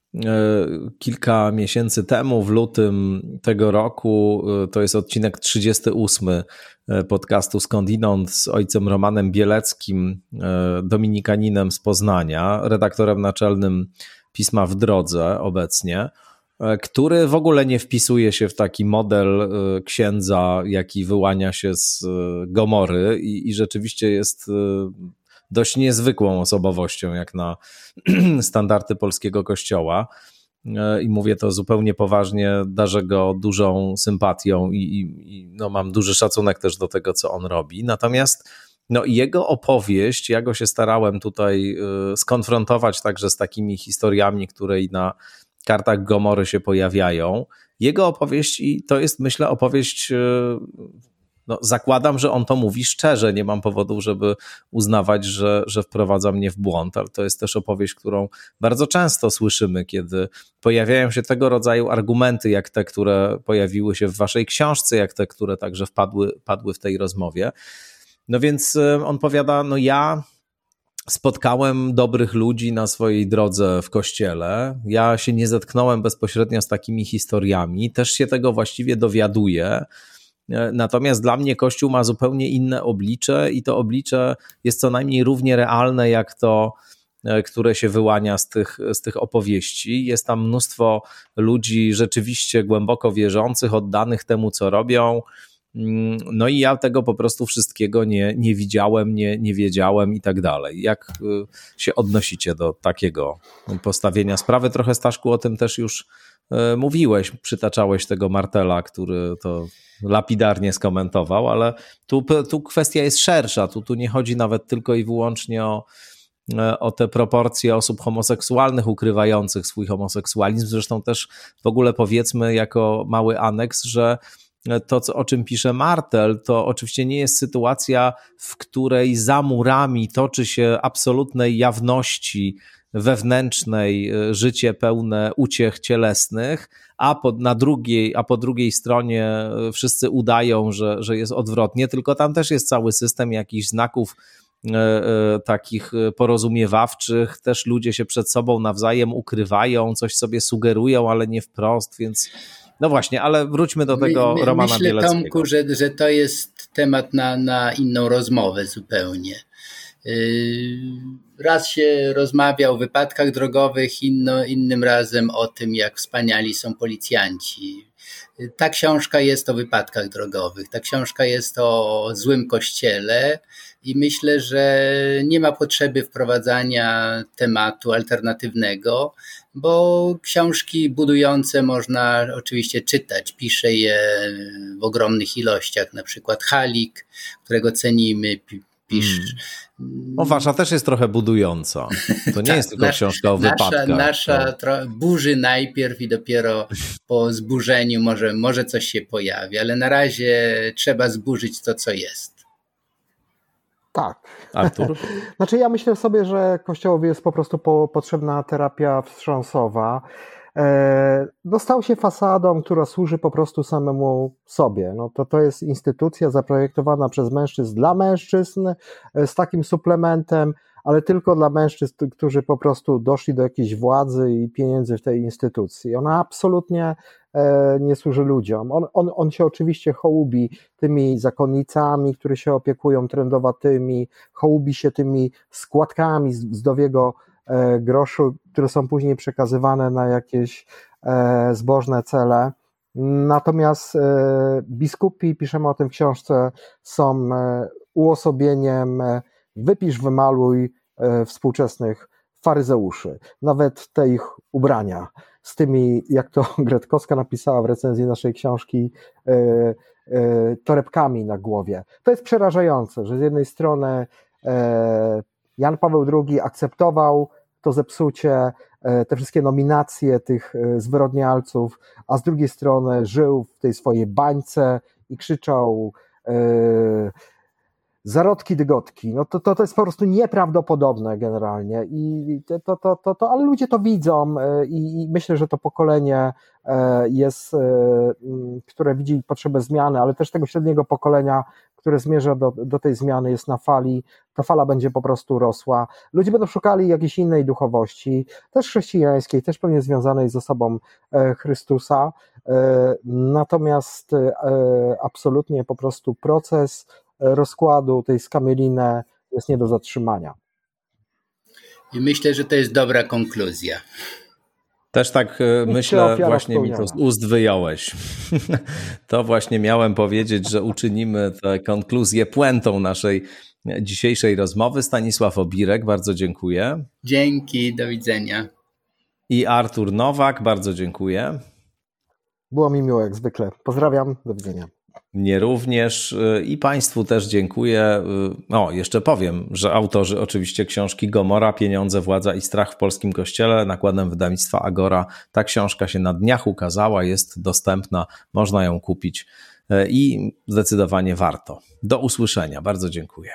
kilka miesięcy temu, w lutym tego roku, to jest odcinek trzydziesty ósmy podcastu Skądinąd z ojcem Romanem Bieleckim, dominikaninem z Poznania, redaktorem naczelnym Pisma w Drodze obecnie, który w ogóle nie wpisuje się w taki model księdza, jaki wyłania się z Gomory i, i rzeczywiście jest dość niezwykłą osobowością jak na standardy polskiego kościoła i mówię to zupełnie poważnie, darzę go dużą sympatią i, i, i no mam duży szacunek też do tego, co on robi. Natomiast no jego opowieść, ja go się starałem tutaj skonfrontować także z takimi historiami, które i na kartach Gomory się pojawiają. Jego opowieść i to jest, myślę, opowieść... No, zakładam, że on to mówi szczerze, nie mam powodów, żeby uznawać, że, że wprowadza mnie w błąd, ale to jest też opowieść, którą bardzo często słyszymy, kiedy pojawiają się tego rodzaju argumenty, jak te, które pojawiły się w waszej książce, jak te, które także wpadły, padły w tej rozmowie. No więc on powiada, no ja spotkałem dobrych ludzi na swojej drodze w kościele, ja się nie zetknąłem bezpośrednio z takimi historiami, też się tego właściwie dowiaduję. Natomiast dla mnie Kościół ma zupełnie inne oblicze i to oblicze jest co najmniej równie realne jak to, które się wyłania z tych, z tych opowieści. Jest tam mnóstwo ludzi rzeczywiście głęboko wierzących, oddanych temu, co robią. No i ja tego po prostu wszystkiego nie, nie widziałem, nie, nie wiedziałem i tak dalej. Jak się odnosicie do takiego postawienia sprawy? Trochę, Staszku, o tym też już mówiłeś, przytaczałeś tego Martela, który to lapidarnie skomentował, ale tu, tu kwestia jest szersza, tu, tu nie chodzi nawet tylko i wyłącznie o, o te proporcje osób homoseksualnych ukrywających swój homoseksualizm, zresztą też w ogóle powiedzmy jako mały aneks, że to, co, o czym pisze Martel, to oczywiście nie jest sytuacja, w której za murami toczy się absolutnej jawności wewnętrznej życie pełne uciech cielesnych, a po, na drugiej, a po drugiej stronie wszyscy udają, że, że jest odwrotnie, tylko tam też jest cały system jakichś znaków e, e, takich porozumiewawczych, też ludzie się przed sobą nawzajem ukrywają, coś sobie sugerują, ale nie wprost, więc no właśnie, ale wróćmy do tego My, my, Romana
myślę,
Bieleckiego.
Tomku, że, że to jest temat na, na inną rozmowę zupełnie. Raz się rozmawia o wypadkach drogowych, inno, innym razem o tym, jak wspaniali są policjanci. Ta książka jest o wypadkach drogowych, ta książka jest o złym kościele i myślę, że nie ma potrzeby wprowadzania tematu alternatywnego, bo książki budujące można oczywiście czytać. Pisze je w ogromnych ilościach, na przykład Halik, którego cenimy, pisz.
Hmm. O, wasza też jest trochę budująca. To nie tak, jest tylko nasz, książka o
nasza,
wypadkach.
Nasza
no.
tro, burzy najpierw i dopiero po zburzeniu może, może coś się pojawi, ale na razie trzeba zburzyć to, co jest.
Tak.
Artur?
Znaczy ja myślę sobie, że Kościołowi jest po prostu po, potrzebna terapia wstrząsowa. No, stał się fasadą, która służy po prostu samemu sobie. No, to, to jest instytucja zaprojektowana przez mężczyzn dla mężczyzn z takim suplementem, ale tylko dla mężczyzn, którzy po prostu doszli do jakiejś władzy i pieniędzy w tej instytucji. Ona absolutnie nie służy ludziom. On, on, on się oczywiście hołubi tymi zakonnicami, które się opiekują trędowatymi, hołubi się tymi składkami z wdowiego groszu, które są później przekazywane na jakieś zbożne cele. Natomiast biskupi, piszemy o tym w książce, są uosobieniem wypisz, wymaluj współczesnych faryzeuszy. Nawet te ich ubrania z tymi, jak to Gretkowska napisała w recenzji naszej książki, torebkami na głowie. To jest przerażające, że z jednej strony Jan Paweł drugi akceptował to zepsucie, te wszystkie nominacje tych zwyrodnialców, a z drugiej strony żył w tej swojej bańce i krzyczał zarodki, dygotki. No to, to, to jest po prostu nieprawdopodobne generalnie i to, to, to, to, to ale ludzie to widzą i, i myślę, że to pokolenie jest, które widzi potrzebę zmiany, ale też tego średniego pokolenia, które zmierza do, do tej zmiany, jest na fali, ta fala będzie po prostu rosła. Ludzie będą szukali jakiejś innej duchowości, też chrześcijańskiej, też pewnie związanej z osobą Chrystusa, natomiast absolutnie po prostu proces rozkładu tej skamieliny jest nie do zatrzymania.
I myślę, że to jest dobra konkluzja.
Też tak I myślę, właśnie mi to z ust wyjąłeś. To właśnie miałem powiedzieć, że uczynimy tę konkluzję puentą naszej dzisiejszej rozmowy. Stanisław Obirek, bardzo dziękuję.
Dzięki, do widzenia.
I Artur Nowak, bardzo dziękuję.
Było mi miło jak zwykle. Pozdrawiam, do widzenia.
Mnie również i Państwu też dziękuję. O, jeszcze powiem, że autorzy oczywiście książki Gomora, Pieniądze, Władza i Strach w polskim kościele nakładem wydawnictwa Agora. Ta książka się na dniach ukazała, jest dostępna, można ją kupić i zdecydowanie warto. Do usłyszenia, bardzo dziękuję.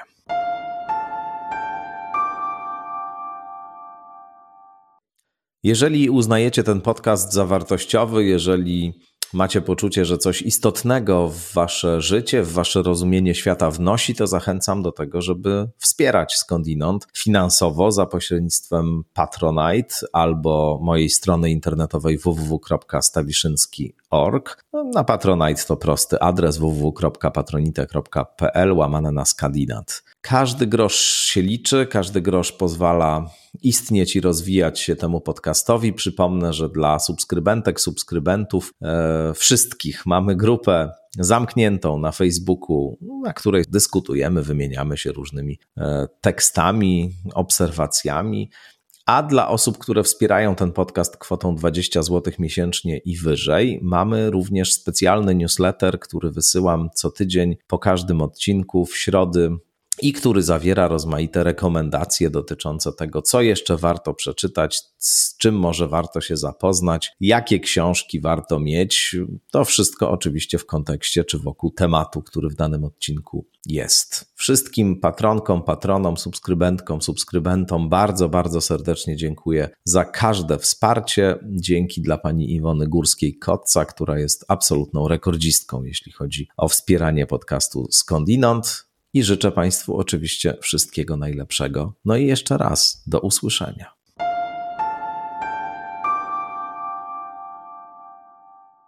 Jeżeli uznajecie ten podcast za wartościowy, jeżeli macie poczucie, że coś istotnego w wasze życie, w wasze rozumienie świata wnosi, to zachęcam do tego, żeby wspierać Skądinąd finansowo za pośrednictwem Patronite albo mojej strony internetowej w w w kropka stawiszynski kropka org. Na Patronite to prosty adres w w w kropka patronite kropka p l łamane na Skandinat. Każdy grosz się liczy, każdy grosz pozwala istnieć i rozwijać się temu podcastowi. Przypomnę, że dla subskrybentek, subskrybentów e, wszystkich mamy grupę zamkniętą na Facebooku, na której dyskutujemy, wymieniamy się różnymi e, tekstami, obserwacjami. A dla osób, które wspierają ten podcast kwotą dwadzieścia złotych miesięcznie i wyżej, mamy również specjalny newsletter, który wysyłam co tydzień po każdym odcinku w środy i który zawiera rozmaite rekomendacje dotyczące tego, co jeszcze warto przeczytać, z czym może warto się zapoznać, jakie książki warto mieć. To wszystko oczywiście w kontekście czy wokół tematu, który w danym odcinku jest. Wszystkim patronkom, patronom, subskrybentkom, subskrybentom bardzo, bardzo serdecznie dziękuję za każde wsparcie. Dzięki dla pani Iwony Górskiej-Kotca, która jest absolutną rekordzistką, jeśli chodzi o wspieranie podcastu Skądinąd. I życzę Państwu oczywiście wszystkiego najlepszego. No i jeszcze raz do usłyszenia.